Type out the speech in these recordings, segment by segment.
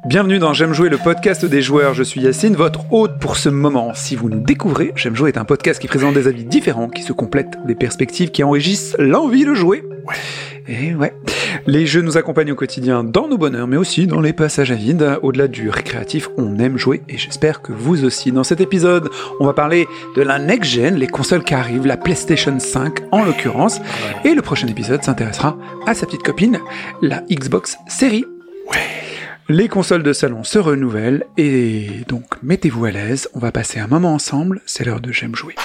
Bienvenue dans J'aime jouer, le podcast des joueurs. Je suis Yacine, votre hôte pour ce moment. Si vous nous découvrez, J'aime jouer est un podcast qui présente des avis différents, qui se complètent, des perspectives qui enrichissent l'envie de jouer. Et ouais, les jeux nous accompagnent au quotidien dans nos bonheurs, mais aussi dans les passages à vide. Au-delà du récréatif, on aime jouer et j'espère que vous aussi. Dans cet épisode, on va parler de la next-gen, les consoles qui arrivent, la PlayStation 5 en l'occurrence. Et le prochain épisode s'intéressera à sa petite copine, la Xbox Series. Les consoles de salon se renouvellent et donc mettez-vous à l'aise, on va passer un moment ensemble, c'est l'heure de J'aime jouer.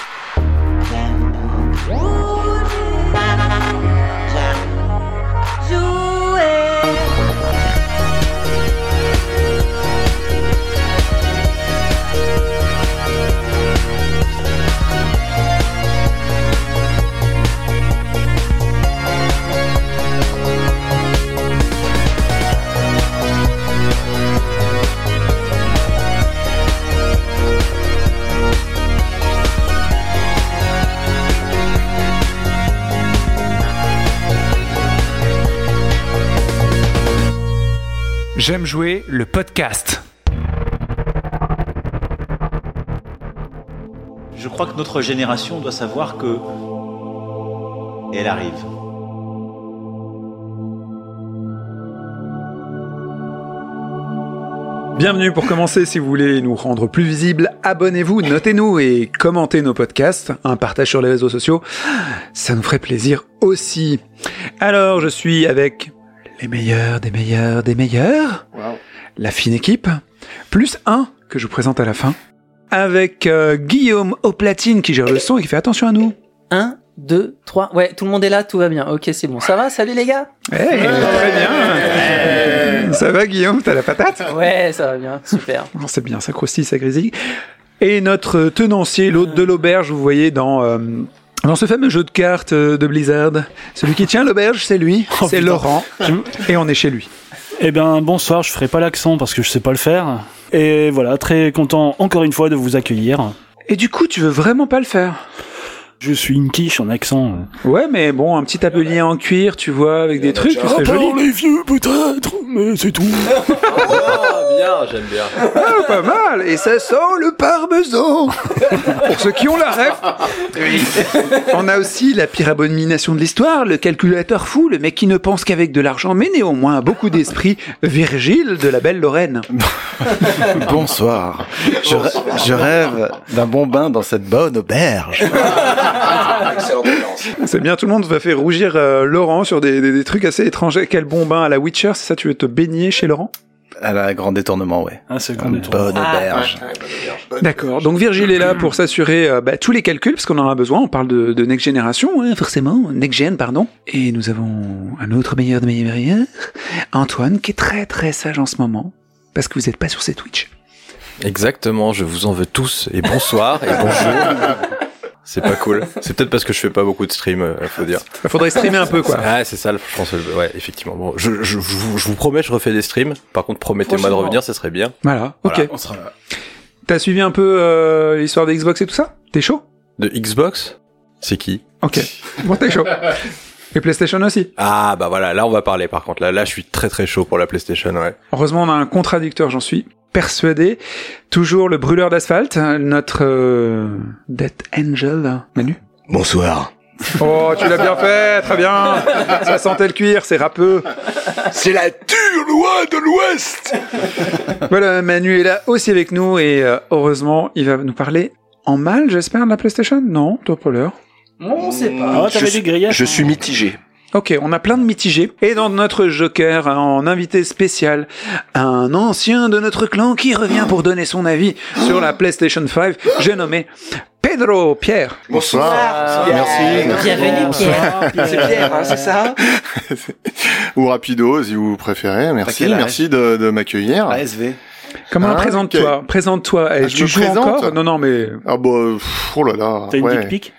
J'aime jouer, le podcast. Je crois que notre génération doit savoir que elle arrive. Bienvenue pour commencer, si vous voulez nous rendre plus visibles, abonnez-vous, notez-nous et commentez nos podcasts, un partage sur les réseaux sociaux, ça nous ferait plaisir aussi. Alors, je suis avec les meilleurs des meilleurs des meilleurs, la fine équipe, plus un que je vous présente à la fin, avec Guillaume au platine qui gère le son et qui fait attention à nous. 1, 2, 3, ouais, tout le monde est là, tout va bien, ok c'est bon, ça va, salut les gars. Très bien. Ça va Guillaume, t'as la patate? Ouais, ça va bien, super. Oh, c'est bien, ça croustille, ça grésille. Et notre tenancier, l'hôte de l'auberge, vous voyez dans ce fameux jeu de cartes de Blizzard, celui qui tient l'auberge, c'est lui, c'est putain. Laurent, et on est chez lui. Eh ben bonsoir, je ferai pas l'accent parce que je sais pas le faire. Et voilà, très content encore une fois de vous accueillir. Et du coup, tu veux vraiment pas le faire? Je suis une quiche en accent. Ouais, mais bon, un petit tablier en cuir, tu vois, avec des trucs, ce serait joli. Les vieux peut-être, mais c'est tout. Bien, j'aime bien. Ah, pas mal. Et ça sent le parmesan. Pour ceux qui ont la ref. Oui. On a aussi la pire abomination de l'histoire, le calculateur fou, le mec qui ne pense qu'avec de l'argent, mais néanmoins beaucoup d'esprit, Virgile de la belle Lorraine. Bonsoir. Je rêve d'un bon bain dans cette bonne auberge. Excellente ambiance. C'est bien, tout le monde va faire rougir Laurent sur des trucs assez étrangers. Quel bon bain à la Witcher, c'est ça, tu veux te baigner chez Laurent? À la Grand Détournement, ouais. Ah, c'est le Grand Détournement. Bonne auberge. D'accord, donc Virgile est là pour s'assurer tous les calculs, parce qu'on en a besoin, on parle de Next Generation, forcément, Next Gen, pardon. Et nous avons un autre meilleur de meilleurs, Antoine, qui est très très sage en ce moment, parce que vous n'êtes pas sur ses Twitch. Exactement, je vous en veux tous, et bonsoir, et bonjour. C'est pas cool. C'est peut-être parce que je fais pas beaucoup de stream, faut dire. Faudrait streamer un peu, quoi. Ah, c'est ça, je pense. Ouais, effectivement. Bon, je vous promets, je refais des streams. Par contre, promettez-moi de revenir, ça serait bien. Voilà, ok. Voilà, on sera là. T'as suivi un peu l'histoire de Xbox et tout ça? T'es chaud? De Xbox? C'est qui? Ok. Bon, t'es chaud. Et PlayStation aussi. Ah, bah voilà, là on va parler par contre. Là, je suis très très chaud pour la PlayStation, ouais. Heureusement, on a un contradicteur, j'en suis persuadé. Toujours le brûleur d'asphalte, notre Death Angel, Manu. Bonsoir. Oh, tu l'as bien fait, très bien. Ça sentait le cuir, c'est râpeux. C'est la dure loi de l'Ouest. Voilà, Manu est là aussi avec nous et heureusement, il va nous parler en mal, j'espère, de la PlayStation. Non, toi pas l'heure. On sait pas. Ah, t'avais des grillages. Je suis mitigé. Ok, on a plein de mitigés. Et dans notre Joker, en invité spécial, un ancien de notre clan qui revient pour donner son avis sur la PlayStation 5, j'ai nommé Pedro Pierre. Bonsoir. Merci. Bienvenue Pierre. C'est Pierre, hein, c'est ça? Ou Rapido, si vous préférez. Merci, merci de m'accueillir. ASV. Comment présente-toi? Okay. Présente-toi. Ah, tu joues encore? Non, mais... Ah bah, oh là là. T'as une dick pic?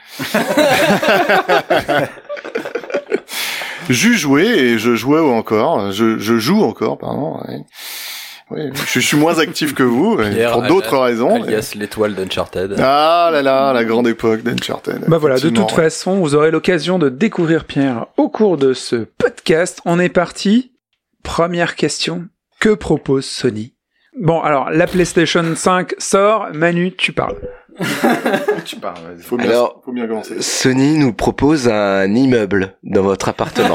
J'y jouais et je jouais encore. Je joue encore, pardon. Ouais. Oui, je suis moins actif que vous, Pierre, pour d'autres raisons. Alias l'étoile d'Uncharted. Ah là là, la grande époque d'Uncharted. Bah voilà, de toute façon, vous aurez l'occasion de découvrir Pierre au cours de ce podcast. On est parti. Première question. que propose Sony? Bon, alors, la PlayStation 5 sort. Manu, tu parles. Tu parles, vas-y. Faut bien commencer. Sony nous propose un immeuble dans votre appartement.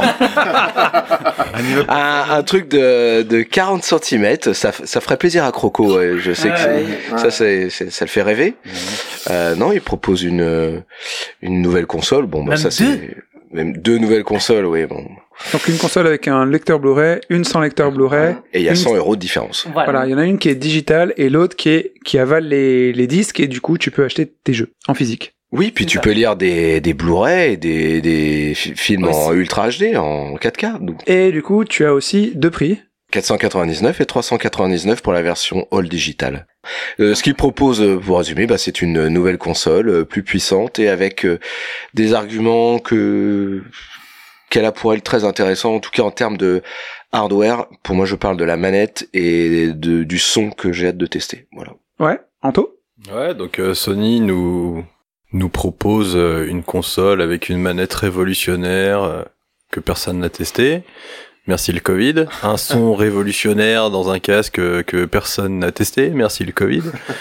un truc de 40 cm, ça ferait plaisir à Croco. Je sais que ça le fait rêver. Non, il propose une nouvelle console. Bon, bah, Même ça c'est même 2 nouvelles consoles, oui. Bon. Donc une console avec un lecteur Blu-ray, une sans lecteur Blu-ray. Et il y a 100 € de différence. Voilà, il y en a une qui est digitale et l'autre qui avale les disques et du coup tu peux acheter tes jeux en physique. Oui, puis tu peux lire des Blu-ray et des films en Ultra HD, en 4K. Donc. Et du coup tu as aussi 2 prix. 499 et 399 pour la version All Digital. Ce qu'il propose, pour résumer, c'est une nouvelle console plus puissante et avec des arguments qu'elle a pour elle très intéressants, en tout cas en termes de hardware. Pour moi, je parle de la manette et du son que j'ai hâte de tester. Voilà. Ouais, Anto? Ouais, donc Sony nous propose une console avec une manette révolutionnaire que personne n'a testé. Merci le Covid. Un son révolutionnaire dans un casque que personne n'a testé. Merci le Covid.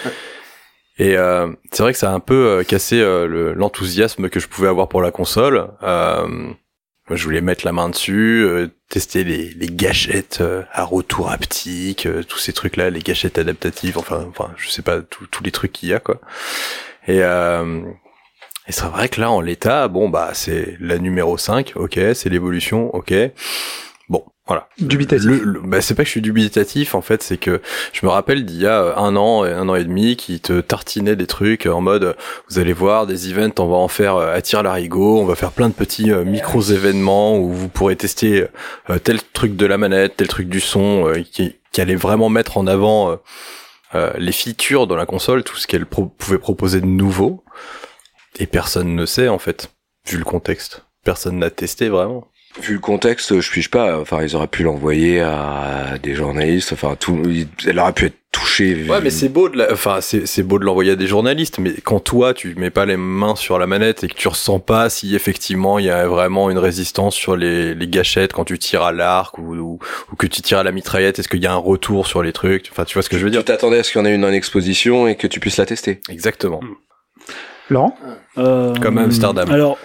Et c'est vrai que ça a un peu cassé l'enthousiasme que je pouvais avoir pour la console. Moi, je voulais mettre la main dessus, tester les gâchettes à retour haptique, tous ces trucs-là, les gâchettes adaptatives, enfin, je sais pas, tous les trucs qu'il y a, quoi. Et c'est vrai que là, en l'état, c'est la numéro 5, ok, c'est l'évolution, ok. Bon, voilà. Dubitatif. C'est pas que je suis dubitatif, en fait, c'est que je me rappelle d'il y a un an et demi qui te tartinait des trucs en mode, vous allez voir, des events, on va en faire à tire-larigot, on va faire plein de petits micros-événements où vous pourrez tester tel truc de la manette, tel truc du son, qui allait vraiment mettre en avant les features de la console, tout ce qu'elle pouvait proposer de nouveau. Et personne ne sait, en fait, vu le contexte. Personne n'a testé vraiment. Vu le contexte, je pige pas. Enfin, ils auraient pu l'envoyer à des journalistes. Enfin, elle aurait pu être touchée. Ouais, mais c'est beau c'est beau de l'envoyer à des journalistes. Mais quand toi, tu mets pas les mains sur la manette et que tu ressens pas si effectivement il y a vraiment une résistance sur les gâchettes quand tu tires à l'arc ou que tu tires à la mitraillette, est-ce qu'il y a un retour sur les trucs? Enfin, tu vois ce que je veux dire? Tu t'attendais à ce qu'il y en ait une en exposition et que tu puisses la tester. Exactement. Laurent? Comme Amsterdam. Alors,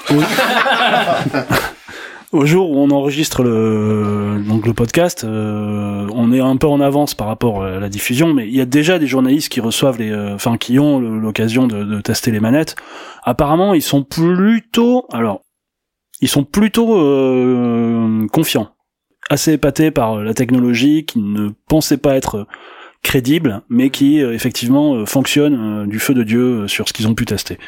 au jour où on enregistre le podcast, on est un peu en avance par rapport à la diffusion, mais il y a déjà des journalistes qui reçoivent qui ont l'occasion de tester les manettes. Apparemment, ils sont plutôt confiants, assez épatés par la technologie, qui ne pensaient pas être crédible, mais qui effectivement fonctionne du feu de Dieu sur ce qu'ils ont pu tester.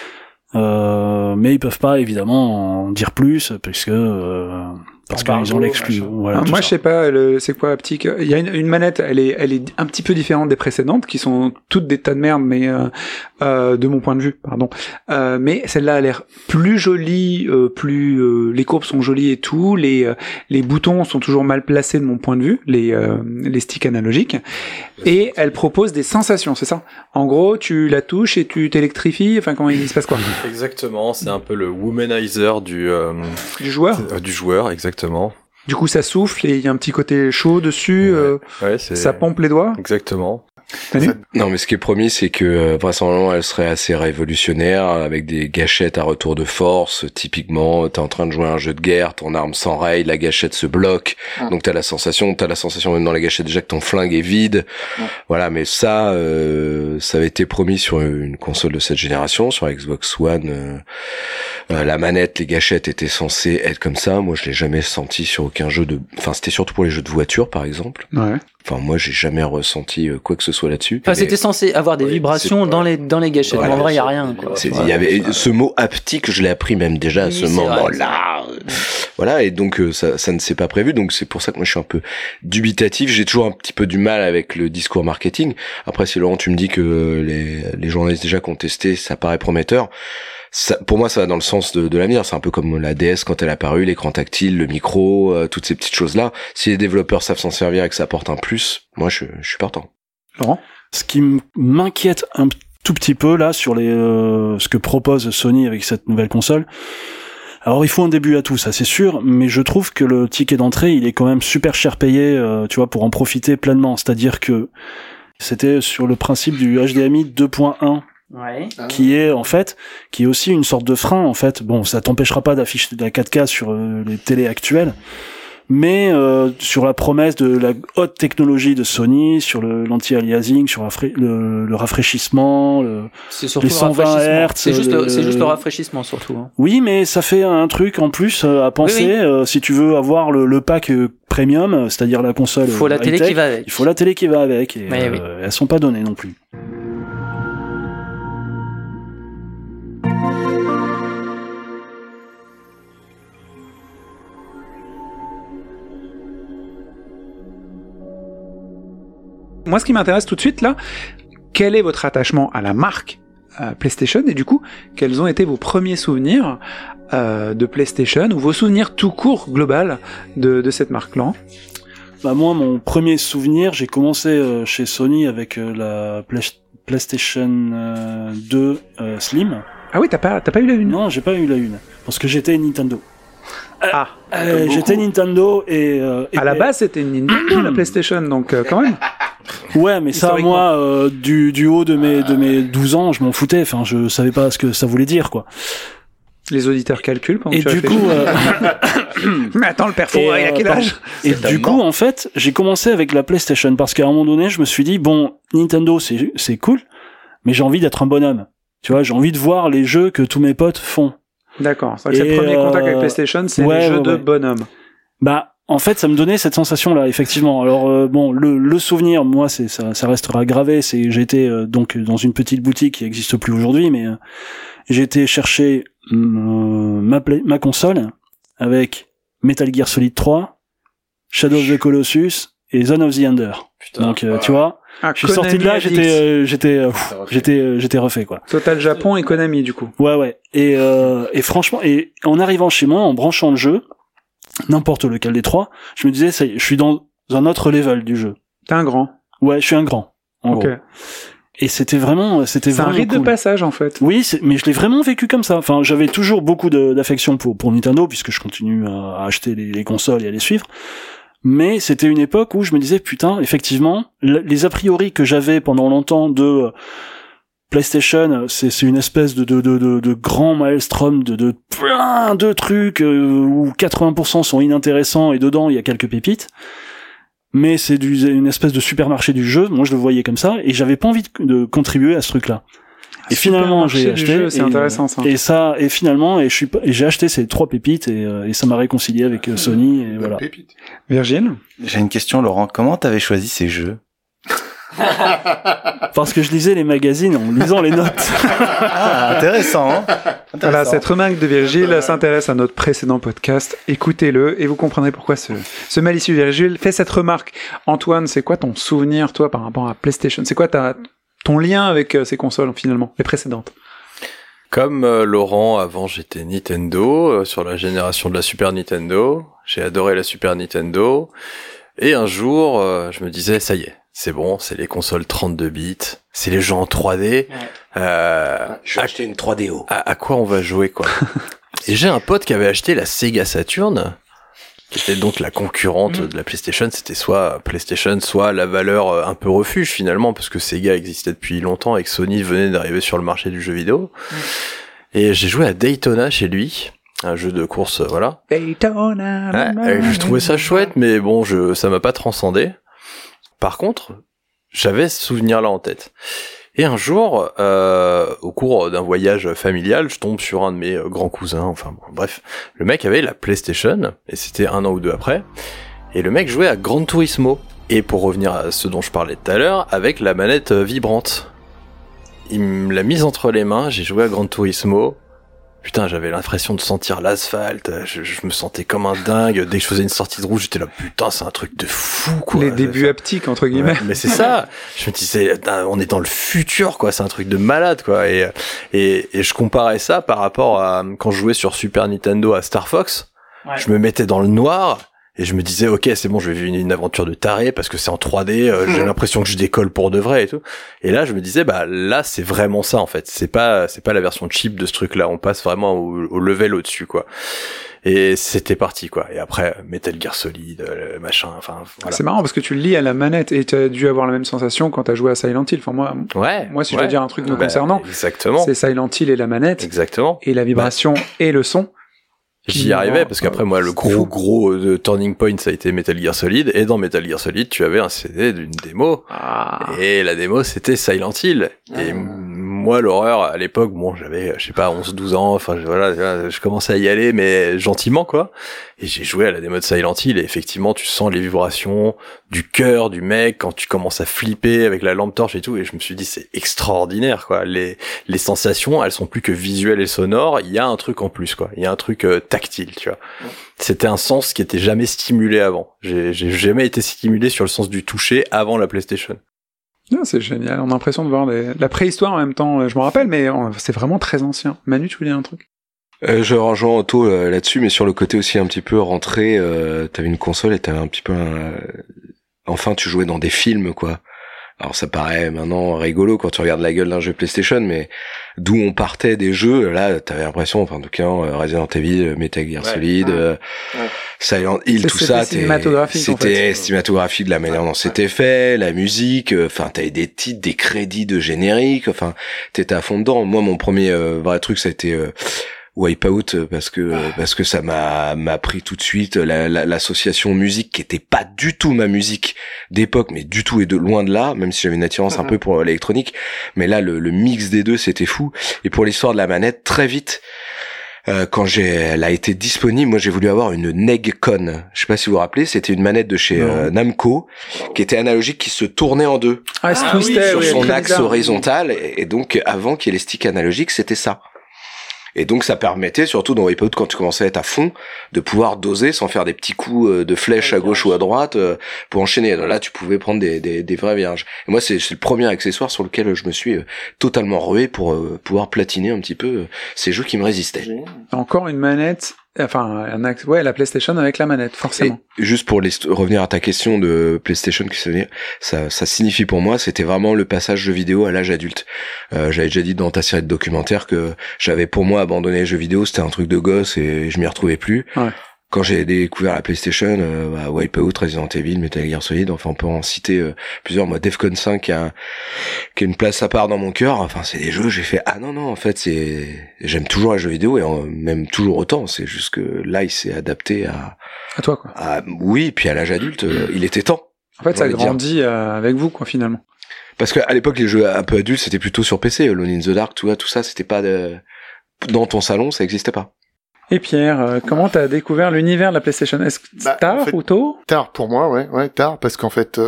Mais ils peuvent pas évidemment en dire plus parce qu'ils ont l'exclu. Voilà, moi, je sais pas, c'est quoi haptique? Il y a une manette, elle est un petit peu différente des précédentes, qui sont toutes des tas de merde, mais de mon point de vue, pardon. Mais celle-là a l'air plus jolie, les courbes sont jolies et tout, les boutons sont toujours mal placés de mon point de vue, les sticks analogiques, et elle propose des sensations, c'est ça? En gros, tu la touches et tu t'électrifies, enfin, comment il se passe quoi? Exactement, c'est un peu le womanizer du joueur? Du joueur, exactement. Du coup, ça souffle et il y a un petit côté chaud dessus, ça pompe les doigts. Exactement. Non, mais ce qui est promis, c'est que vraisemblablement, elle serait assez révolutionnaire, avec des gâchettes à retour de force. Typiquement, t'es en train de jouer à un jeu de guerre, ton arme s'enraye, la gâchette se bloque, donc t'as la sensation même dans la gâchette déjà que ton flingue est vide. Voilà, mais ça avait été promis sur une console de cette génération, sur la Xbox One. La manette, les gâchettes étaient censées être comme ça. Moi, je l'ai jamais senti sur aucun jeu enfin, c'était surtout pour les jeux de voiture, par exemple. Ouais. Enfin, moi, j'ai jamais ressenti quoi que ce soit là-dessus. Enfin, c'était censé avoir des vibrations dans les gâchettes. Voilà, mais en vrai, il y a rien, quoi. Il y avait ce mot haptique, je l'ai appris même déjà à ce moment-là. Voilà, et donc ça ne s'est pas prévu, donc c'est pour ça que moi je suis un peu dubitatif. J'ai toujours un petit peu du mal avec le discours marketing. Après, si Laurent, tu me dis que les journalistes déjà qui ont testé, ça paraît prometteur. Ça, pour moi, ça va dans le sens de l'avenir. C'est un peu comme la DS quand elle a apparu, l'écran tactile, le micro, toutes ces petites choses-là. Si les développeurs savent s'en servir et que ça apporte un plus, moi, je suis partant. Laurent? Ce qui m'inquiète un tout petit peu là sur ce que propose Sony avec cette nouvelle console, Alors il faut un début à tout, ça c'est sûr, mais je trouve que le ticket d'entrée, il est quand même super cher payé, tu vois, pour en profiter pleinement. C'est-à-dire que c'était sur le principe du HDMI 2.1. Ouais. Qui est aussi une sorte de frein en fait. Bon, ça t'empêchera pas d'afficher de la 4K sur les télés actuelles, mais sur la promesse de la haute technologie de Sony, sur l'anti-aliasing, sur le rafraîchissement, c'est surtout les 120 Hz. C'est juste le rafraîchissement surtout. Hein. Oui, mais ça fait un truc en plus à penser. Oui. Si tu veux avoir le pack premium, c'est-à-dire la console, il faut la télé qui va avec. Il faut la télé qui va avec. Et oui. Elles sont pas données non plus. Moi, ce qui m'intéresse tout de suite, là, quel est votre attachement à la marque PlayStation, et du coup, quels ont été vos premiers souvenirs de PlayStation, ou vos souvenirs tout court, global, de cette marque-là? Bah moi, mon premier souvenir, j'ai commencé chez Sony avec la PlayStation 2 Slim. Ah oui, t'as pas eu la une? Non, j'ai pas eu la une, parce que j'étais Nintendo. J'étais Nintendo et à la base c'était une Nintendo la PlayStation, donc quand même. Ouais, mais ça, moi, du haut de mes 12 ans, je m'en foutais. Enfin, je savais pas ce que ça voulait dire, quoi. Les auditeurs calculent pendant et que tu du coup, mais attends, le père Fouras, il a quel âge? Et du coup, en fait, j'ai commencé avec la PlayStation parce qu'à un moment donné, je me suis dit, bon, Nintendo, c'est cool, mais j'ai envie d'être un bonhomme. Tu vois, j'ai envie de voir les jeux que tous mes potes font. D'accord. C'est vrai que c'est le premier contact avec PlayStation, c'est les jeux de bonhomme. Bah, en fait, ça me donnait cette sensation-là, effectivement. Alors, bon, le souvenir, moi, ça restera gravé. J'étais donc dans une petite boutique qui n'existe plus aujourd'hui, mais j'ai été chercher ma console avec Metal Gear Solid 3, Shadow of the Colossus et Zone of the Ender. Putain, donc, tu vois, je suis sorti de là, j'étais refait, quoi. Total Japon et Konami, du coup. Ouais. Et franchement, et en arrivant chez moi, en branchant le jeu, n'importe lequel des trois, je me disais, ça y est, je suis dans un autre level du jeu. T'es un grand. Ouais, je suis un grand. En gros. Et c'était vraiment c'est un rite cool. de passage, en fait. Oui, mais je l'ai vraiment vécu comme ça. Enfin, j'avais toujours beaucoup d'affection pour Nintendo, puisque je continue à acheter les consoles et à les suivre. Mais c'était une époque où je me disais, putain, effectivement, les a priori que j'avais pendant longtemps de PlayStation, c'est une espèce de grand maelstrom de plein de trucs où 80% sont inintéressants et dedans il y a quelques pépites. Mais c'est une espèce de supermarché du jeu. Moi, je le voyais comme ça et j'avais pas envie de contribuer à ce truc-là. Et finalement, j'ai acheté. C'est intéressant, ça. Et finalement, j'ai acheté ces 3 pépites et ça m'a réconcilié avec Sony et voilà. Pépite. Virgile? J'ai une question, Laurent. Comment t'avais choisi ces jeux? Parce que je lisais les magazines en lisant les notes. Ah, intéressant, hein. Voilà, cette remarque de Virgile s'intéresse à notre précédent podcast. Écoutez-le et vous comprendrez pourquoi ce malicieux Virgile fait cette remarque. Antoine, c'est quoi ton souvenir, toi, par rapport à PlayStation? C'est quoi ton lien avec ces consoles, finalement, les précédentes? Comme Laurent, avant j'étais Nintendo, sur la génération de la Super Nintendo. J'ai adoré la Super Nintendo. Et un jour, je me disais, ça y est, c'est bon, c'est les consoles 32 bits, c'est les jeux en 3D. Je vais acheter une 3DO. À quoi on va jouer, quoi? Et j'ai un pote qui avait acheté la Sega Saturn, qui était donc la concurrente de la PlayStation. C'était soit PlayStation, soit la valeur un peu refuge finalement, parce que Sega existait depuis longtemps et que Sony venait d'arriver sur le marché du jeu vidéo. Et j'ai joué à Daytona chez lui, un jeu de course, voilà. Daytona. Je trouvais ça chouette, mais bon, ça m'a pas transcendé. Par contre, j'avais ce souvenir-là en tête. Et un jour, au cours d'un voyage familial, je tombe sur un de mes grands cousins, enfin bon, bref. Le mec avait la PlayStation, et c'était 1 an ou 2 après, et le mec jouait à Gran Turismo. Et pour revenir à ce dont je parlais tout à l'heure, avec la manette vibrante. Il me l'a mise entre les mains, j'ai joué à Gran Turismo. Putain, j'avais l'impression de sentir l'asphalte, je me sentais comme un dingue. Dès que je faisais une sortie de route, j'étais là, putain, c'est un truc de fou, quoi. Les débuts haptiques, entre guillemets. Ouais, mais c'est ça. Je me disais, on est dans le futur, quoi. C'est un truc de malade, quoi. Et je comparais ça par rapport à quand je jouais sur Super Nintendo à Star Fox. Ouais. Je me mettais dans le noir Et je me disais, ok, c'est bon, je vais vivre une aventure de taré parce que c'est en 3D, j'ai l'impression que je décolle pour de vrai et tout. Et là, je me disais, bah là, c'est vraiment ça en fait. C'est pas la version cheap de ce truc-là. On passe vraiment au level au-dessus, quoi. Et c'était parti, quoi. Et après, Metal Gear Solid, machin, enfin, voilà. C'est marrant parce que tu le lis à la manette et tu as dû avoir la même sensation quand tu as joué à Silent Hill. Enfin, moi, si je dois dire un truc me concernant, exactement. C'est Silent Hill et la manette. Exactement. Et la vibration et le son. J'y arrivais parce qu'après moi le gros turning point ça a été Metal Gear Solid, et dans Metal Gear Solid tu avais un CD d'une démo et la démo c'était Silent Hill et moi l'horreur à l'époque, bon j'avais je sais pas 11-12 ans, enfin voilà, je commençais à y aller mais gentiment quoi, et j'ai joué à la démo de Silent Hill et effectivement tu sens les vibrations du cœur du mec quand tu commences à flipper avec la lampe torche et tout, et je me suis dit c'est extraordinaire quoi, les sensations elles sont plus que visuelles et sonores, il y a un truc en plus quoi, il y a un truc tactile, tu vois. C'était un sens qui était jamais stimulé avant. J'ai jamais été stimulé sur le sens du toucher avant la PlayStation. Ah, c'est génial, on a l'impression de voir la préhistoire en même temps, je me rappelle, mais c'est vraiment très ancien. Manu, tu voulais dire un truc? Je rejoins Otto là-dessus, mais sur le côté aussi un petit peu rentré, t'avais une console et t'avais un petit peu enfin tu jouais dans des films quoi. Alors ça paraît maintenant rigolo quand tu regardes la gueule d'un jeu PlayStation, mais d'où on partait des jeux, là t'avais l'impression, enfin en tout cas Resident Evil, Metal Gear Solid, Silent Hill, tout ça, c'était cinématographique de la manière dont c'était fait, la musique, enfin t'avais des titres, des crédits de générique, enfin t'étais à fond dedans. Moi mon premier vrai truc ça a été Wipeout parce que ça m'a pris tout de suite l'association musique qui était pas du tout ma musique d'époque, mais du tout et de loin de là, même si j'avais une attirance un peu pour l'électronique, mais là le mix des deux c'était fou. Et pour l'histoire de la manette, très vite quand elle a été disponible, moi j'ai voulu avoir une Neg-Con. Je sais pas si vous vous rappelez, c'était une manette de chez Namco qui était analogique, qui se tournait en deux sur son axe horizontal, et donc avant qu'il y ait les sticks analogiques, c'était ça. Et donc ça permettait, surtout dans Wipeout, quand tu commençais à être à fond, de pouvoir doser sans faire des petits coups de flèche à gauche ou à droite pour enchaîner. Là, tu pouvais prendre des vrais virages. Et moi, c'est le premier accessoire sur lequel je me suis totalement rué pour pouvoir platiner un petit peu ces jeux qui me résistaient. Encore une manette, enfin, la PlayStation avec la manette, forcément. Et juste pour revenir à ta question de PlayStation, ça signifie pour moi, c'était vraiment le passage jeu vidéo à l'âge adulte. J'avais déjà dit dans ta série de documentaires que j'avais pour moi abandonné les jeux vidéo, c'était un truc de gosse et je m'y retrouvais plus. Ouais. Quand j'ai découvert la PlayStation, Wipeout, Resident Evil, Metal Gear Solid, enfin on peut en citer plusieurs. Moi, Defcon 5 qui a une place à part dans mon cœur. Enfin, c'est des jeux, j'ai fait non, en fait, j'aime toujours les jeux vidéo et même toujours autant. C'est juste que là, il s'est adapté à toi, quoi. Oui, puis à l'âge adulte, il était temps. En fait, ça grandit avec vous, quoi, finalement. Parce qu'à l'époque, les jeux un peu adultes, c'était plutôt sur PC. Alone in the Dark, tout ça, c'était pas dans ton salon, ça existait pas. Et Pierre, comment t'as découvert l'univers de la PlayStation? Est-ce que tard ou tôt? Tard pour moi, ouais, tard, parce qu'en fait,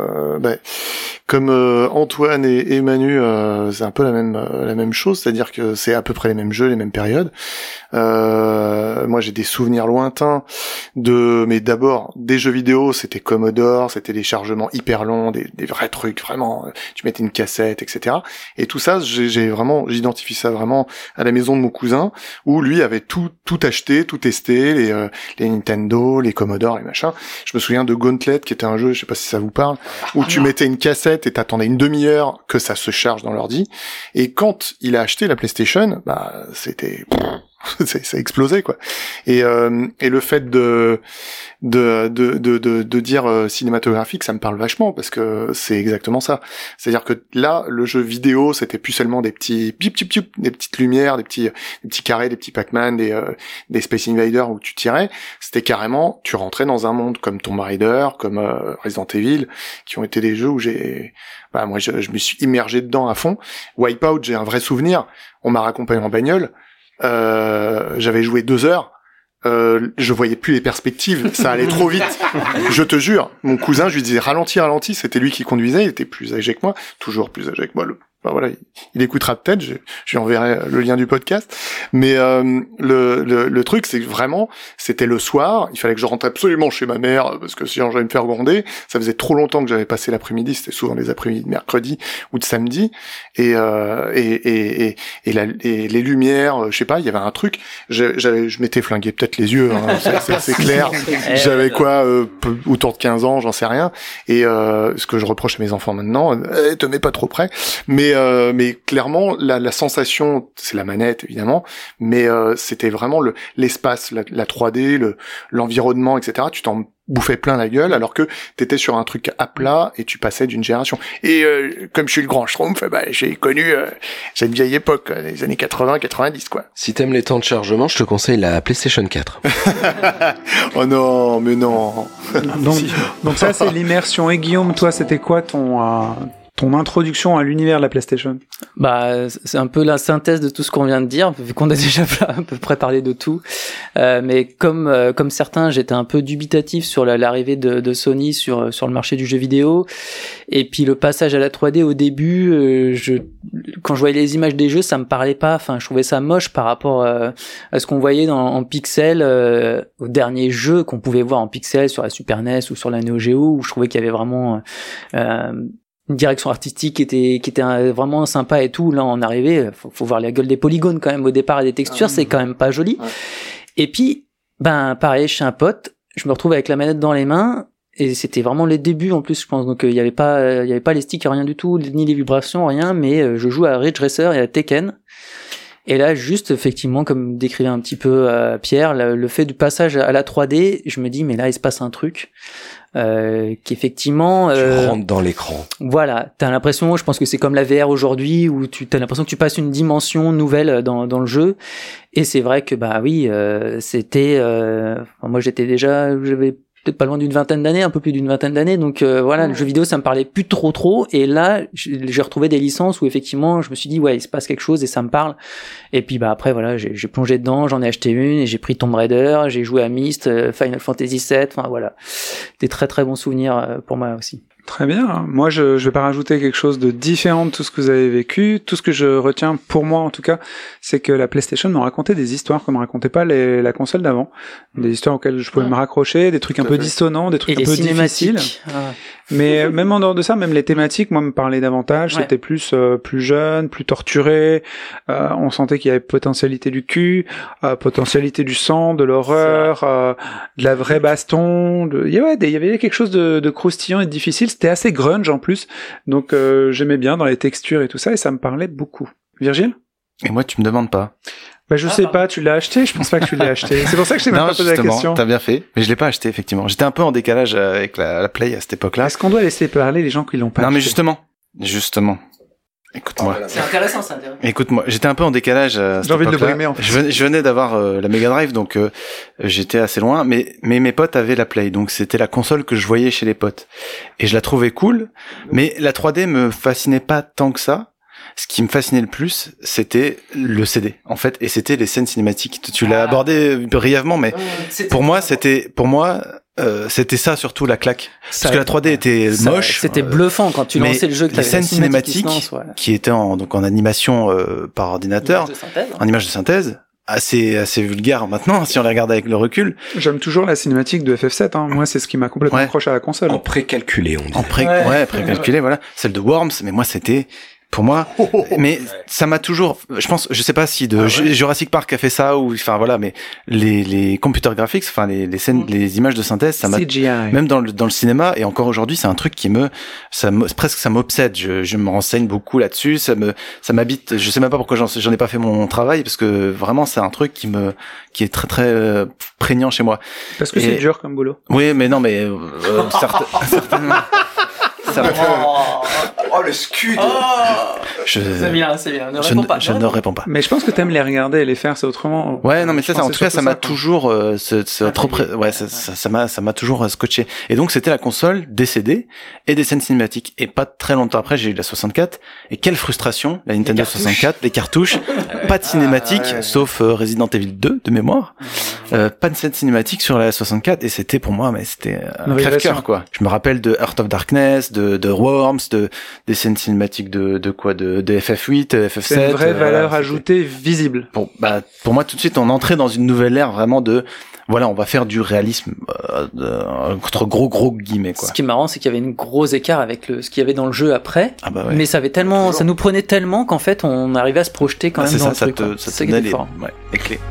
comme Antoine et Manu, c'est un peu la même chose, c'est-à-dire que c'est à peu près les mêmes jeux, les mêmes périodes. Moi, j'ai des souvenirs lointains mais d'abord des jeux vidéo, c'était Commodore, c'était des chargements hyper longs, des vrais trucs, vraiment. Tu mettais une cassette, etc. Et tout ça, j'identifie ça vraiment à la maison de mon cousin, où lui avait tout acheté, tout testé, les Nintendo, les Commodore, les machins. Je me souviens de Gauntlet, qui était un jeu, je sais pas si ça vous parle, où tu mettais une cassette et t'attendais une demi-heure que ça se charge dans l'ordi. Et quand il a acheté la PlayStation, c'était ça explosait quoi. Et le fait de dire cinématographique, ça me parle vachement parce que c'est exactement ça. C'est-à-dire que là, le jeu vidéo, c'était plus seulement des petits des petites lumières, des petits carrés, des petits Pac-Man, des Space Invaders où tu tirais. C'était carrément, tu rentrais dans un monde comme Tomb Raider, comme Resident Evil, qui ont été des jeux où moi je me suis immergé dedans à fond. Wipeout, j'ai un vrai souvenir. On m'a raccompagné en bagnole. J'avais joué 2 heures, je voyais plus les perspectives, ça allait trop vite. Je te jure, mon cousin, je lui disais ralentis, c'était lui qui conduisait, il était plus âgé que moi, toujours plus âgé que moi, Enfin, voilà, il écoutera peut-être, je lui enverrai le lien du podcast. Mais le truc, c'est que vraiment, c'était le soir, il fallait que je rentre absolument chez ma mère, parce que sinon j'allais me faire gronder. Ça faisait trop longtemps que j'avais passé l'après-midi, c'était souvent les après-midi de mercredi ou de samedi. Et les lumières, je sais pas, il y avait un truc, je m'étais flingué peut-être les yeux, hein, c'est clair. J'avais quoi, autour de 15 ans, j'en sais rien. Et ce que je reproche à mes enfants maintenant, te mets pas trop près. Mais clairement, la sensation, c'est la manette évidemment, mais c'était vraiment l'espace, la 3D, l'environnement, etc. Tu t'en bouffais plein la gueule, alors que t'étais sur un truc à plat et tu passais d'une génération. Et comme je suis le grand Schtroumpf, j'ai connu cette vieille époque, les années 80-90, quoi. Si t'aimes les temps de chargement, je te conseille la PlayStation 4. Oh non, mais non. Donc ça, c'est l'immersion. Et Guillaume, toi, c'était quoi ton introduction à l'univers de la PlayStation? Bah, c'est un peu la synthèse de tout ce qu'on vient de dire, vu qu'on a déjà à peu près parlé de tout. Mais comme certains, j'étais un peu dubitatif sur l'arrivée de Sony sur le marché du jeu vidéo. Et puis le passage à la 3D au début, quand je voyais les images des jeux, ça me parlait pas. Enfin, je trouvais ça moche par rapport à ce qu'on voyait en pixels au dernier jeu qu'on pouvait voir en pixels sur la Super NES ou sur la Neo Geo, où je trouvais qu'il y avait vraiment une direction artistique qui était vraiment sympa et tout. Là, on arrivait, faut voir la gueule des polygones quand même au départ et des textures, c'est quand même pas joli. Ouais. Et puis, pareil, chez un pote, je me retrouve avec la manette dans les mains et c'était vraiment les débuts en plus, je pense. Donc il y avait pas les sticks, rien du tout, ni les vibrations, rien. Mais je joue à Ridge Racer et à Tekken. Et là, juste, effectivement, comme décrivait un petit peu Pierre, le fait du passage à la 3D, je me dis, mais là, il se passe un truc qu'effectivement... tu rentres dans l'écran. Voilà, t'as l'impression, je pense que c'est comme la VR aujourd'hui, où t'as l'impression que tu passes une dimension nouvelle dans le jeu. Et c'est vrai que, c'était... moi, j'avais peut-être pas loin d'une vingtaine d'années, un peu plus d'une vingtaine d'années, donc le jeu vidéo ça me parlait plus trop, et là j'ai retrouvé des licences où effectivement je me suis dit ouais il se passe quelque chose et ça me parle, et puis après voilà j'ai plongé dedans, j'en ai acheté une et j'ai pris Tomb Raider, j'ai joué à Myst, Final Fantasy VII, enfin voilà, des très très bons souvenirs pour moi aussi. Très bien. Moi, je vais pas rajouter quelque chose de différent de tout ce que vous avez vécu. Tout ce que je retiens, pour moi en tout cas, c'est que la PlayStation me racontait des histoires que me racontait pas la console d'avant. Des histoires auxquelles je pouvais me raccrocher, des trucs un peu dissonants, des trucs un peu difficiles. Mais même en dehors de ça, même les thématiques, moi, me parlaient davantage. Ouais. C'était plus jeune, plus torturé. On sentait qu'il y avait potentialité du cul, potentialité du sang, de l'horreur, de la vraie baston. Il y avait quelque chose de croustillant et de difficile. C'était assez grunge en plus. Donc j'aimais bien dans les textures et tout ça, et ça me parlait beaucoup. Virgile ? Et moi, tu me demandes pas. Je sais pas, tu l'as acheté? Je pense pas que tu l'aies acheté. C'est pour ça que je t'ai même pas posé la question. T'as bien fait, mais je l'ai pas acheté, effectivement. J'étais un peu en décalage avec la Play à cette époque-là. Est-ce qu'on doit laisser parler les gens qui l'ont pas acheté? Non, mais justement. Écoute-moi. C'est intéressant, ça. Écoute-moi, j'étais un peu en décalage à cette J'ai envie de le époque-là. brimer, en fait. Je venais d'avoir la Mega Drive, donc j'étais assez loin, mais mes potes avaient la Play, donc c'était la console que je voyais chez les potes. Et je la trouvais cool, mais la 3D me fascinait pas tant que ça. Ce qui me fascinait le plus, c'était le CD, en fait, et c'était les scènes cinématiques. Tu l'as abordé brièvement, mais pour moi, c'était ça surtout la claque. Parce que la 3D était moche. C'était bluffant quand tu lançais le jeu. Les scènes cinématiques qui étaient en animation par ordinateur, en image de synthèse, assez vulgaire maintenant si on les regarde avec le recul. J'aime toujours la cinématique de FF7, hein. Moi c'est ce qui m'a complètement accroché à la console. En précalculé, on dit. Précalculé, voilà. Celle de Worms, mais moi c'était pour moi, mais ça m'a toujours, je sais pas si Jurassic Park a fait ça ou, enfin voilà, mais les computer graphics, enfin les scènes, les images de synthèse, ça m'a, même dans le cinéma et encore aujourd'hui, c'est un truc qui ça m'obsède. Je me renseigne beaucoup là-dessus, ça m'habite. Je sais même pas pourquoi j'en ai pas fait mon travail parce que vraiment c'est un truc qui est très très prégnant chez moi. Parce que c'est dur comme boulot. Oui, mais non, mais certainement. Oh le scud. C'est bien. Je ne réponds pas. Mais je pense que t'aimes les regarder et les faire, c'est autrement. Ouais, non, mais ça, en tout cas, ça m'a toujours, ça m'a toujours scotché. Et donc, c'était la console des CD et des scènes cinématiques. Et pas très longtemps après, j'ai eu la 64. Et quelle frustration, la Nintendo 64, les cartouches, pas de cinématique, sauf Resident Evil 2 de mémoire. Pas de scène cinématique sur la 64. Et c'était pour moi, mais c'était un crève-cœur, quoi. Je me rappelle de Heart of Darkness, de Worms, scènes cinématiques de quoi, de FF8, FF7. C'est une vraie valeur voilà, ajoutée visible. Pour moi, tout de suite, on entrait dans une nouvelle ère vraiment de, voilà, on va faire du réalisme entre gros guillemets, quoi. Ce qui est marrant, c'est qu'il y avait une grosse écart avec ce qu'il y avait dans le jeu après. Ah bah ouais. Mais ça avait tellement, ça nous prenait tellement qu'en fait, on arrivait à se projeter quand même dans le truc. Ça C'est tenait différent. les clés.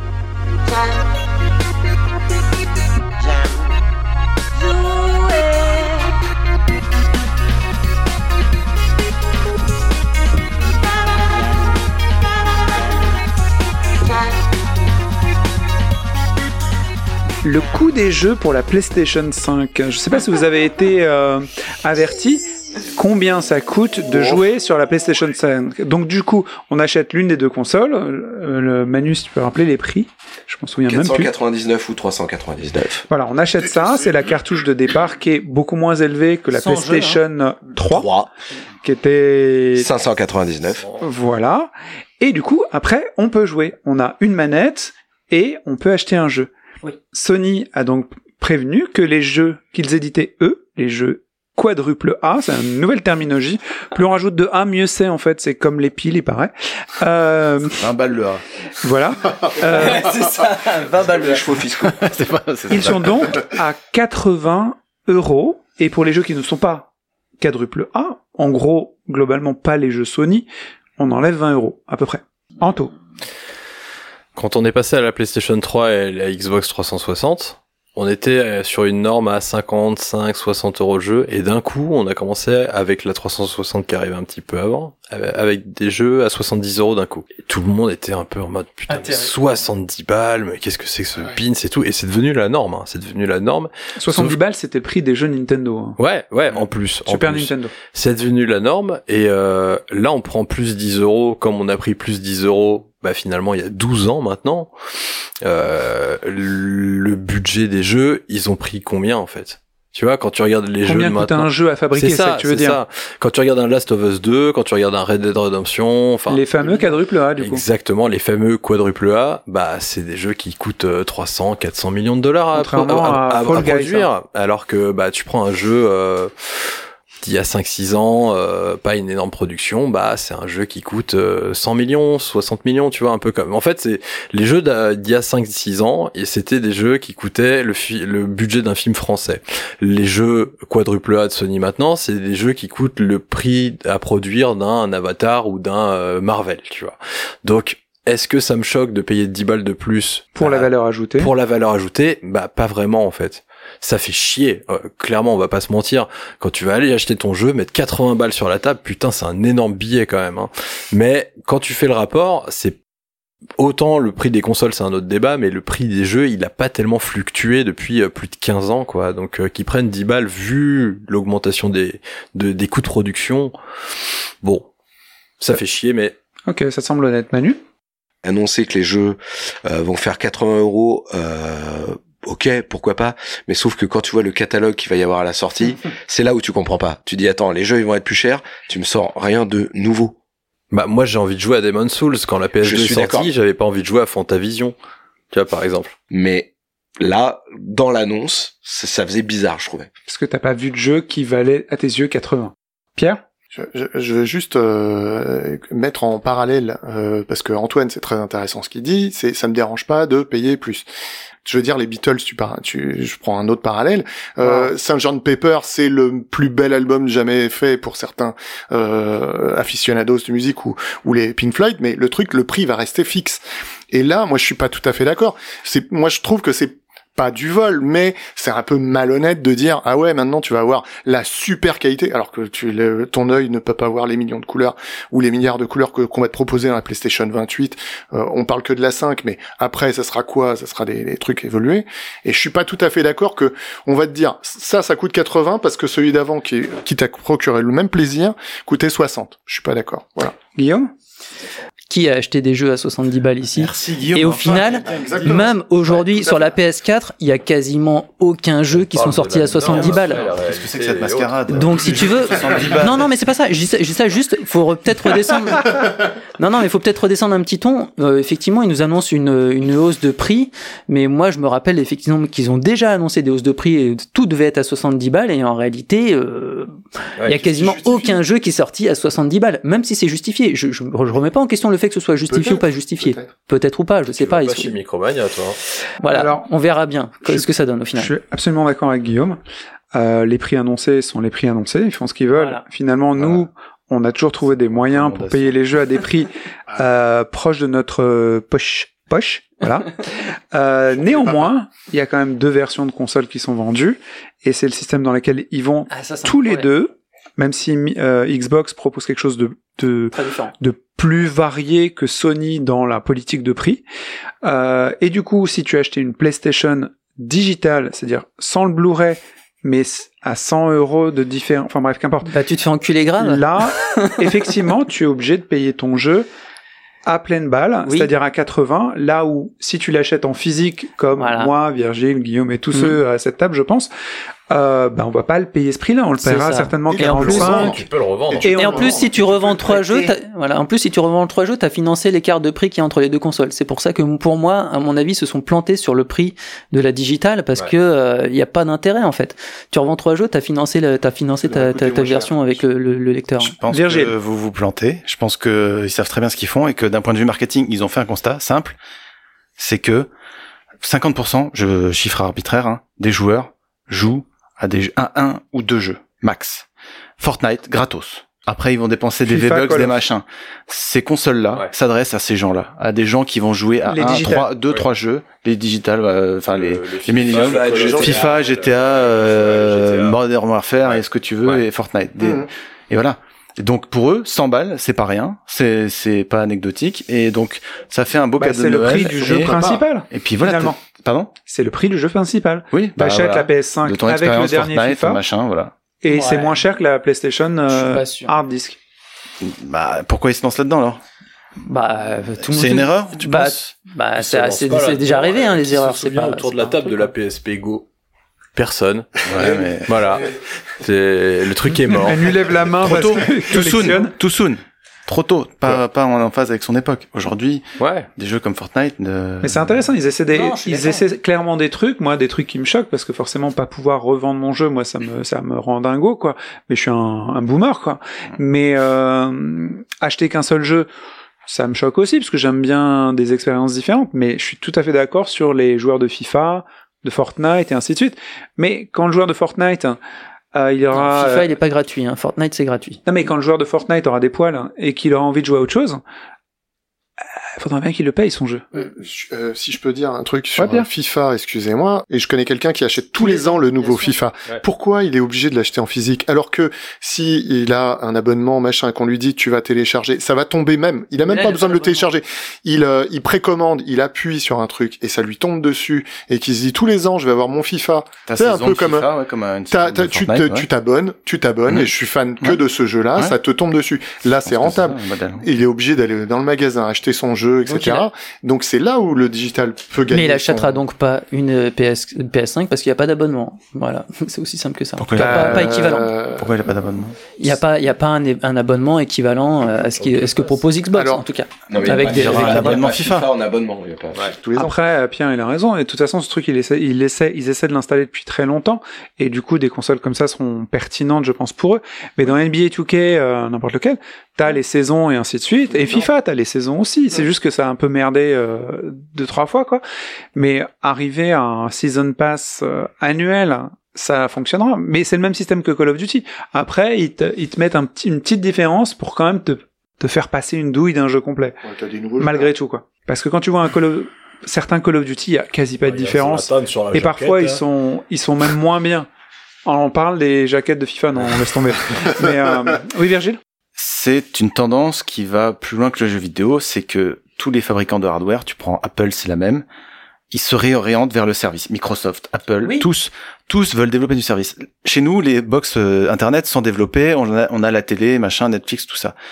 Le coût des jeux pour la PlayStation 5. Je sais pas si vous avez été averti combien ça coûte de jouer sur la PlayStation 5. Donc du coup, on achète l'une des deux consoles. Le Manu, si tu peux rappeler les prix. Je m'en souviens même plus. 499 ou 399. Voilà, on achète ça. C'est la cartouche de départ qui est beaucoup moins élevée que la PlayStation 3, qui était 599. Voilà. Et du coup, après, on peut jouer. On a une manette et on peut acheter un jeu. Oui. Sony a donc prévenu que les jeux qu'ils éditaient, eux, les jeux quadruple A, c'est une nouvelle terminologie. Plus on rajoute de A, mieux c'est, en fait. C'est comme les piles, il paraît. 20 balles le A. Voilà. C'est ça, 20 balles. Les chevaux fiscaux. Ils sont donc à 80 €. Et pour les jeux qui ne sont pas quadruple A, en gros, globalement pas les jeux Sony, on enlève 20 € à peu près. En tout. Quand on est passé à la PlayStation 3 et la Xbox 360, on était sur une norme à 55-60 € le jeu, et d'un coup, on a commencé avec la 360 qui arrivait un petit peu avant, avec des jeux à 70 € d'un coup. Et tout le monde était un peu en mode, putain, mais 70 balles, mais qu'est-ce que c'est que ce pins et tout, et c'est devenu la norme, hein. C'est devenu la norme. 70 balles, c'était le prix des jeux Nintendo. Hein. Ouais, en plus. Super Nintendo. C'est devenu la norme, et là, on prend plus 10 €, comme on a pris plus 10 €, bah finalement il y a 12 ans maintenant, le budget des jeux, ils ont pris combien en fait? Tu vois, quand tu regardes les jeux de maintenant... Combien coûte un jeu à fabriquer, c'est ça que tu veux dire? Ça. Quand tu regardes un Last of Us 2, quand tu regardes un Red Dead Redemption, enfin... Les fameux quadruple A, du coup. Exactement, les fameux quadruple A, bah, c'est des jeux qui coûtent 300, 400 millions de dollars à produire. Alors que, bah, tu prends un jeu, d'il y a 5-6 ans, pas une énorme production, bah c'est un jeu qui coûte 100 millions, 60 millions, tu vois, un peu comme... En fait, c'est les jeux d'il y a 5-6 ans, et c'était des jeux qui coûtaient le budget d'un film français. Les jeux quadruple A de Sony maintenant, c'est des jeux qui coûtent le prix à produire d'un Avatar ou d'un Marvel, tu vois. Donc, est-ce que ça me choque de payer 10 balles de plus pour la valeur ajoutée? Pour la valeur ajoutée, bah pas vraiment en fait. Ça fait chier. Clairement, on va pas se mentir. Quand tu vas aller acheter ton jeu, mettre 80 balles sur la table, putain, c'est un énorme billet quand même. Hein. Mais quand tu fais le rapport, c'est autant le prix des consoles, c'est un autre débat, mais le prix des jeux, il a pas tellement fluctué depuis plus de 15 ans, quoi. Donc, qu'ils prennent 10 balles vu l'augmentation des coûts de production, bon, ça fait chier, mais... Ok, ça semble honnête. Manu? Annoncer que les jeux vont faire 80 €, ok, pourquoi pas, mais sauf que quand tu vois le catalogue qu'il va y avoir à la sortie, c'est là où tu comprends pas. Tu dis, attends, les jeux ils vont être plus chers, tu me sors rien de nouveau. Bah moi j'ai envie de jouer à Demon's Souls, quand la PS2 est sortie, j'avais pas envie de jouer à Fantavision, tu vois, par exemple. Mais là, dans l'annonce, ça faisait bizarre, je trouvais. Parce que t'as pas vu de jeu qui valait à tes yeux 80. Pierre? Je vais juste mettre en parallèle, parce que Antoine, c'est très intéressant ce qu'il dit, ça me dérange pas de payer plus. Je veux dire, les Beatles, je prends un autre parallèle. Sgt. Pepper, c'est le plus bel album jamais fait pour certains aficionados de musique ou les Pink Floyd, mais le prix va rester fixe. Et là, moi, je suis pas tout à fait d'accord. Moi, je trouve que c'est pas du vol, mais c'est un peu malhonnête de dire ah ouais, maintenant tu vas avoir la super qualité, alors que ton œil ne peut pas voir les millions de couleurs ou les milliards de couleurs qu'on va te proposer dans la PlayStation 28. On parle que de la 5, mais après ça sera quoi? Ça sera des trucs évolués. Et je suis pas tout à fait d'accord que on va te dire ça coûte 80 parce que celui d'avant qui t'a procuré le même plaisir coûtait 60. Je suis pas d'accord. Voilà. Guillaume? Qui a acheté des jeux à 70 balles ici? Merci Guillaume. Et au final, même aujourd'hui sur la PS4, il y a quasiment aucun jeu qui sont sortis à 70 balles. Qu'est-ce que c'est que cette mascarade? Donc si tu veux, non mais c'est pas ça. Je dis ça juste. faut peut-être redescendre. Non, mais il faut peut-être redescendre un petit ton. Effectivement, ils nous annoncent une hausse de prix, mais moi, je me rappelle effectivement qu'ils ont déjà annoncé des hausses de prix et tout devait être à 70 balles, et en réalité, il y a quasiment aucun jeu qui est sorti à 70 balles, même si c'est justifié. Je remets pas en question le fait que ce soit justifié ou pas justifié. Peut-être ou pas, je sais pas. Pas chez Micromania, toi. Voilà. Alors, on verra bien ce que ça donne au final. Je suis absolument d'accord avec Guillaume. Les prix annoncés sont les prix annoncés, ils font ce qu'ils veulent. Voilà. Finalement, nous, on a toujours trouvé des moyens pour payer les jeux à des prix proches de notre poche. Voilà. Néanmoins, il y a quand même 2 versions de consoles qui sont vendues, et c'est le système dans lequel ils vont tous les deux, même si Xbox propose quelque chose de plus varié que Sony dans la politique de prix. Et du coup, si tu achetais une PlayStation digitale, c'est-à-dire sans le Blu-ray, mais à 100 € de différence, enfin bref, qu'importe. Bah, tu te fais enculer grave. Là, effectivement, tu es obligé de payer ton jeu à pleine balle, c'est-à-dire à 80, là où si tu l'achètes en physique, comme moi, Virgile, Guillaume et tous ceux à cette table, je pense, on va pas le payer ce prix-là, on le paiera certainement 45. Tu peux le revendre. Et en plus, si tu revends 3 jeux, t'as financé l'écart de prix qu'il y a entre les deux consoles. C'est pour ça que pour moi, à mon avis, se sont plantés sur le prix de la digitale, parce que y a pas d'intérêt en fait. Tu revends 3 jeux, t'as financé ta version avec le lecteur. Je pense que vous vous plantez. Je pense que ils savent très bien ce qu'ils font, et que d'un point de vue marketing, ils ont fait un constat simple, c'est que 50%, chiffre arbitraire, des joueurs jouent à 1 ou 2 jeux max. Fortnite gratos. Après, ils vont dépenser des V-Bucks, des machins. Ces consoles-là s'adressent à ces gens-là, à des gens qui vont jouer à 3 jeux, les digitales, les Millennium, FIFA, GTA, Modern Warfare, et ce que tu veux, et Fortnite. Et voilà. Et donc pour eux, 100 balles, c'est pas rien, c'est pas anecdotique, et donc ça fait un beau cadeau de Noël. C'est le prix du jeu principal. Et puis voilà. Finalement. Pardon ? C'est le prix du jeu principal. Oui. T'achètes la PS5 avec le dernier Fortnite, FIFA, machin, voilà. Et c'est moins cher que la PlayStation hard disk. Bah pourquoi ils se lancent là-dedans alors ? Tout le monde. C'est une erreur, tu penses ? C'est déjà arrivé, les erreurs. C'est pas autour de la table de la PSP Go. Personne. Ouais, mais voilà. Le truc est mort. Elle lui lève la main. Trop tôt. Too soon. Trop tôt. Pas en phase avec son époque. Aujourd'hui, des jeux comme Fortnite. Mais c'est intéressant. Ils essaient clairement des trucs. Moi, des trucs qui me choquent, parce que forcément, pas pouvoir revendre mon jeu, moi, ça me rend dingo, quoi. Mais je suis un boomer, quoi. Mais acheter qu'un seul jeu, ça me choque aussi, parce que j'aime bien des expériences différentes. Mais je suis tout à fait d'accord sur les joueurs de FIFA, de Fortnite et ainsi de suite. Mais quand le joueur de Fortnite, il aura... FIFA, il est pas gratuit, Fortnite, c'est gratuit. Non, mais quand le joueur de Fortnite aura des poils et qu'il aura envie de jouer à autre chose, faudra bien qu'il le paye, son jeu. Si je peux dire un truc sur FIFA, excusez-moi, et je connais quelqu'un qui achète tous les ans le nouveau FIFA. Pourquoi il est obligé de l'acheter en physique, alors que si il a un abonnement, machin, qu'on lui dit tu vas télécharger, ça va tomber même. Il a même pas besoin de le télécharger. Il précommande, il appuie sur un truc et ça lui tombe dessus, et qu'il se dit tous les ans je vais avoir mon FIFA. C'est un peu comme tu t'abonnes et je suis fan que de ce jeu-là, ça te tombe dessus. Là c'est rentable. Il est obligé d'aller dans le magasin acheter son jeu, etc. Donc c'est là où le digital peut gagner. Mais il achètera donc pas une PS5 parce qu'il n'y a pas d'abonnement. Voilà, c'est aussi simple que ça. Pas équivalent. Pourquoi il n'y a pas d'abonnement ? Il n'y a pas un abonnement équivalent à ce que propose Xbox, en tout cas. Non, mais avec un abonnement FIFA en abonnement. Il y a pas tous les ans. Après, Pierre, il a raison. Et de toute façon, ce truc, ils essaient de l'installer depuis très longtemps. Et du coup, des consoles comme ça seront pertinentes, je pense, pour eux. Mais dans NBA 2K, n'importe lequel, t'as les saisons et ainsi de suite. Et FIFA, t'as les saisons aussi. C'est juste que ça a un peu merdé 2-3 fois, quoi. Mais arriver à un season pass annuel, ça fonctionnera. Mais c'est le même système que Call of Duty. Après, ils te mettent une petite différence pour quand même te faire passer une douille d'un jeu complet. Malgré tout, quoi. Parce que quand tu vois certains Call of Duty, il y a quasi pas de différence. Et parfois, ils sont même moins bien. On parle des jaquettes de FIFA, non, on laisse tomber. Mais, oui, Virgile? C'est une tendance qui va plus loin que le jeu vidéo, c'est que tous les fabricants de hardware, tu prends Apple, c'est la même, ils se réorientent vers le service. Microsoft, Apple, tous veulent développer du service. Chez nous, les box internet sont développées, on a la télé, machin, Netflix, tout ça.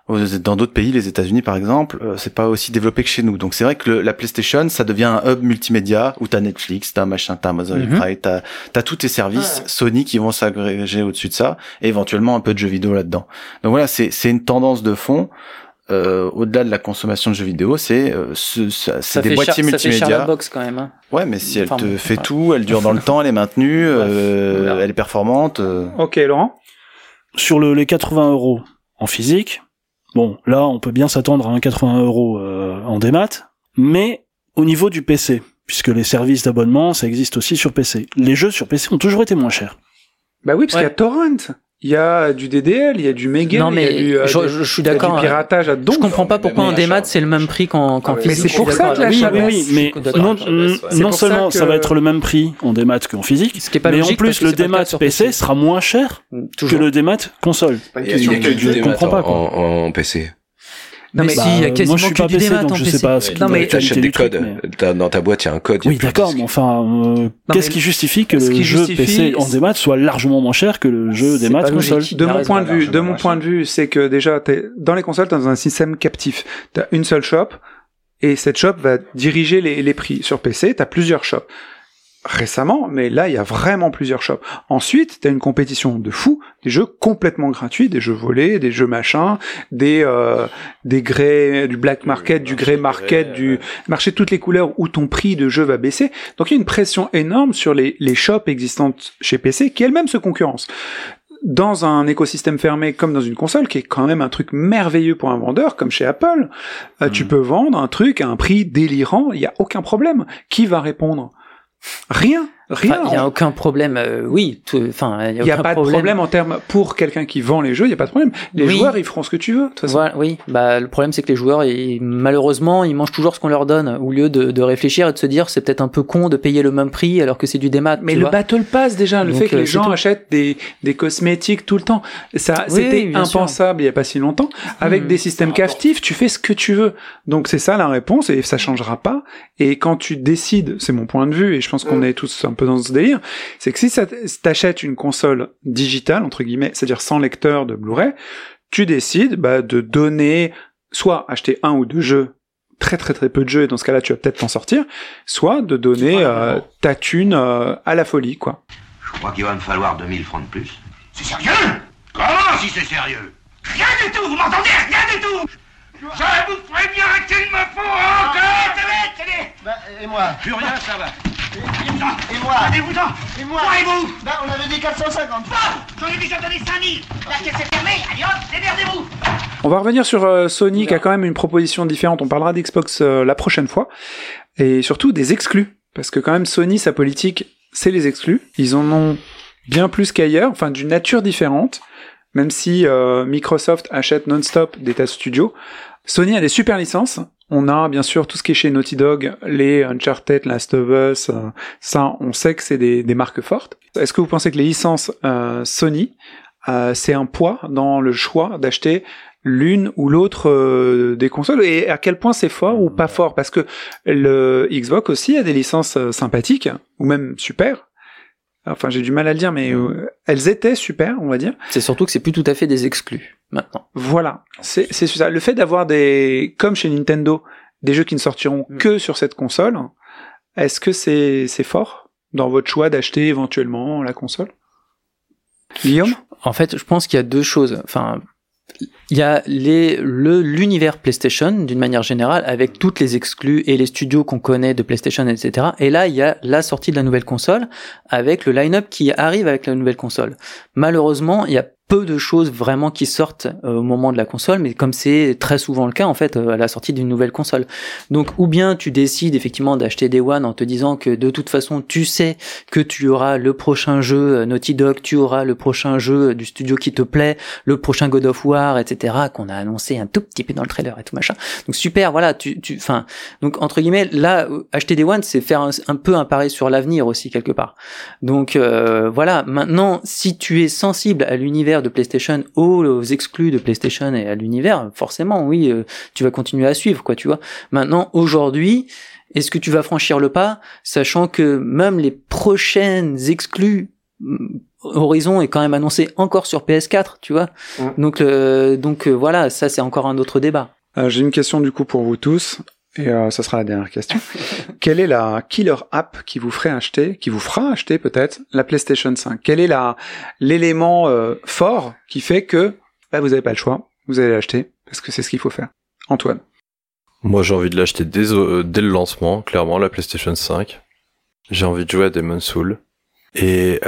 Dans d'autres pays, les États-Unis par exemple, c'est pas aussi développé que chez nous. Donc c'est vrai que la PlayStation, ça devient un hub multimédia où t'as Netflix, t'as machin, t'as Amazon Prime, t'as tous tes services Sony qui vont s'agréger au-dessus de ça, et éventuellement un peu de jeux vidéo là-dedans. Donc voilà, c'est une tendance de fond. Au-delà de la consommation de jeux vidéo, c'est des boîtiers multimédia. Ça fait cher la box quand même. Hein. Ouais, mais si elle te fait tout, elle dure dans le temps, elle est maintenue, elle est performante. Ok, Laurent. Sur les 80 € en physique, bon, là, on peut bien s'attendre à un 80 € en démat, mais au niveau du PC, puisque les services d'abonnement, ça existe aussi sur PC. Les jeux sur PC ont toujours été moins chers. Bah oui, parce qu'il y a Torrent. Il y a du DDL, il y a du Mega, non, mais il y a du, je suis d'accord. Du piratage à donf. Je comprends pas pourquoi en démat c'est le même prix qu'en physique. Mais c'est pour ça que l'achat baisse. Oui, mais non seulement ça va être le même prix en démat qu'en physique, ce qui est pas mais logique, en plus le démat PC sera moins cher que le démat console. Je comprends pas en PC. Non mais si, il y a quasiment que du démat en PC. Non mais t'achètes des codes. Dans ta boîte, il y a un code. Oui, d'accord, mais enfin, qu'est-ce qui justifie que le jeu PC en démat soit largement moins cher que le jeu démat console? De mon point de vue, c'est que déjà, dans les consoles, t'es dans un système captif. T'as une seule shop, et cette shop va diriger les prix. Sur PC, t'as plusieurs shops. Récemment, mais là, il y a vraiment plusieurs shops. Ensuite, t'as une compétition de fou, des jeux complètement gratuits, des jeux volés, des jeux machins, des grey, du black market, du grey market, du marché de toutes les couleurs où ton prix de jeu va baisser. Donc il y a une pression énorme sur les shops existantes chez PC qui elles-mêmes se concurrencent. Dans un écosystème fermé comme dans une console, qui est quand même un truc merveilleux pour un vendeur, comme chez Apple, tu peux vendre un truc à un prix délirant, il y a aucun problème. Qui va répondre ? Rien. Il y a aucun problème. Oui, il y a pas de problème en termes pour quelqu'un qui vend les jeux. Il y a pas de problème. Les joueurs, ils feront ce que tu veux. De toute façon. Voilà, oui. Bah le problème c'est que les joueurs, malheureusement, ils mangent toujours ce qu'on leur donne, au lieu de réfléchir et de se dire c'est peut-être un peu con de payer le même prix alors que c'est du démat. Mais le Battle Pass déjà, le fait que les gens achètent des cosmétiques tout le temps, c'était impensable il y a pas si longtemps. Avec des systèmes captifs, tu fais ce que tu veux. Donc c'est ça la réponse et ça changera pas. Et quand tu décides, c'est mon point de vue et je pense qu'on est tous un peu dans ce délire, c'est que si t'achètes une console digitale, entre guillemets, c'est-à-dire sans lecteur de Blu-ray, tu décides de donner, soit acheter un ou deux jeux, très très très peu de jeux, et dans ce cas-là tu vas peut-être t'en sortir, soit de donner ta thune à la folie, quoi. Je crois qu'il va me falloir 2000 francs de plus. C'est sérieux? Comment si c'est sérieux? Rien du tout, vous m'entendez? Rien du tout! Je vous préviens qu'il me faut encore! Et moi? Plus rien, ça va. Et moi? Allez-vous-en! Et moi? Et vous? On avait dit 450. J'en ai déjà donné 5000! La caisse est fermée, allez hop, démerdez-vous! On va revenir sur Sony qui a quand même une proposition différente. On parlera d'Xbox la prochaine fois. Et surtout des exclus. Parce que quand même Sony, sa politique, c'est les exclus. Ils en ont bien plus qu'ailleurs, enfin d'une nature différente. Même si Microsoft achète non-stop des tas de studios, Sony a des super licences. On a bien sûr tout ce qui est chez Naughty Dog, les Uncharted, Last of Us, ça on sait que c'est des marques fortes. Est-ce que vous pensez que les licences Sony, c'est un poids dans le choix d'acheter l'une ou l'autre des consoles, et à quel point c'est fort ou pas fort? Parce que le Xbox aussi a des licences sympathiques, ou même super. Enfin, j'ai du mal à le dire, mais elles étaient super, on va dire. C'est surtout que c'est plus tout à fait des exclus, maintenant. Voilà. C'est ça. Le fait d'avoir comme chez Nintendo, des jeux qui ne sortiront que sur cette console, est-ce que c'est fort dans votre choix d'acheter éventuellement la console? Guillaume? En fait, je pense qu'il y a deux choses. Enfin, il y a l'univers PlayStation d'une manière générale avec toutes les exclus et les studios qu'on connaît de PlayStation, etc. Et là, il y a la sortie de la nouvelle console avec le line-up qui arrive avec la nouvelle console. Malheureusement, il y a peu de choses vraiment qui sortent au moment de la console, mais comme c'est très souvent le cas en fait à la sortie d'une nouvelle console. Donc ou bien tu décides effectivement d'acheter Day One en te disant que de toute façon tu sais que tu auras le prochain jeu Naughty Dog, tu auras le prochain jeu du studio qui te plaît, le prochain God of War, etc. qu'on a annoncé un tout petit peu dans le trailer et tout machin. Donc super, voilà, donc entre guillemets là acheter Day One c'est faire un peu un pari sur l'avenir aussi quelque part. Donc voilà, maintenant si tu es sensible à l'univers de PlayStation, aux exclus de PlayStation et à l'univers, forcément, oui, tu vas continuer à suivre, quoi, tu vois. Maintenant, aujourd'hui, est-ce que tu vas franchir le pas, sachant que même les prochaines exclus Horizon est quand même annoncé encore sur PS4, tu vois. Donc voilà, ça c'est encore un autre débat. J'ai une question du coup pour vous tous, et ça sera la dernière question. Quelle est la killer app qui vous fera acheter peut-être la PlayStation 5? Quel est l'élément fort qui fait que vous n'avez pas le choix, vous allez l'acheter parce que c'est ce qu'il faut faire? Antoine. Moi, j'ai envie de l'acheter dès le lancement, clairement, la PlayStation 5. J'ai envie de jouer à Demon's Souls. Et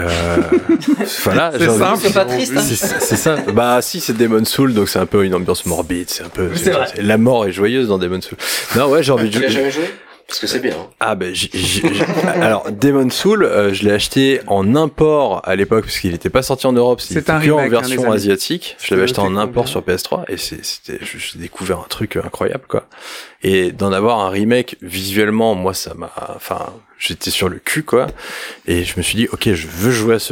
voilà, c'est simple, c'est pas triste. Hein. C'est ça. Bah si, c'est Demon's Souls, donc c'est un peu une ambiance morbide. C'est un peu. La mort est joyeuse dans Demon's Souls. Non, ouais, j'ai envie de jouer. Tu l'as jamais joué? Parce que c'est bien. Hein. Ah ben, alors Demon's Souls, je l'ai acheté en import à l'époque parce qu'il n'était pas sorti en Europe, c'était que en version asiatique. Je l'avais acheté en import sur PS3 et j'ai découvert un truc incroyable quoi. Et d'en avoir un remake visuellement, moi ça m'a, j'étais sur le cul quoi. Et je me suis dit ok, je veux jouer à ce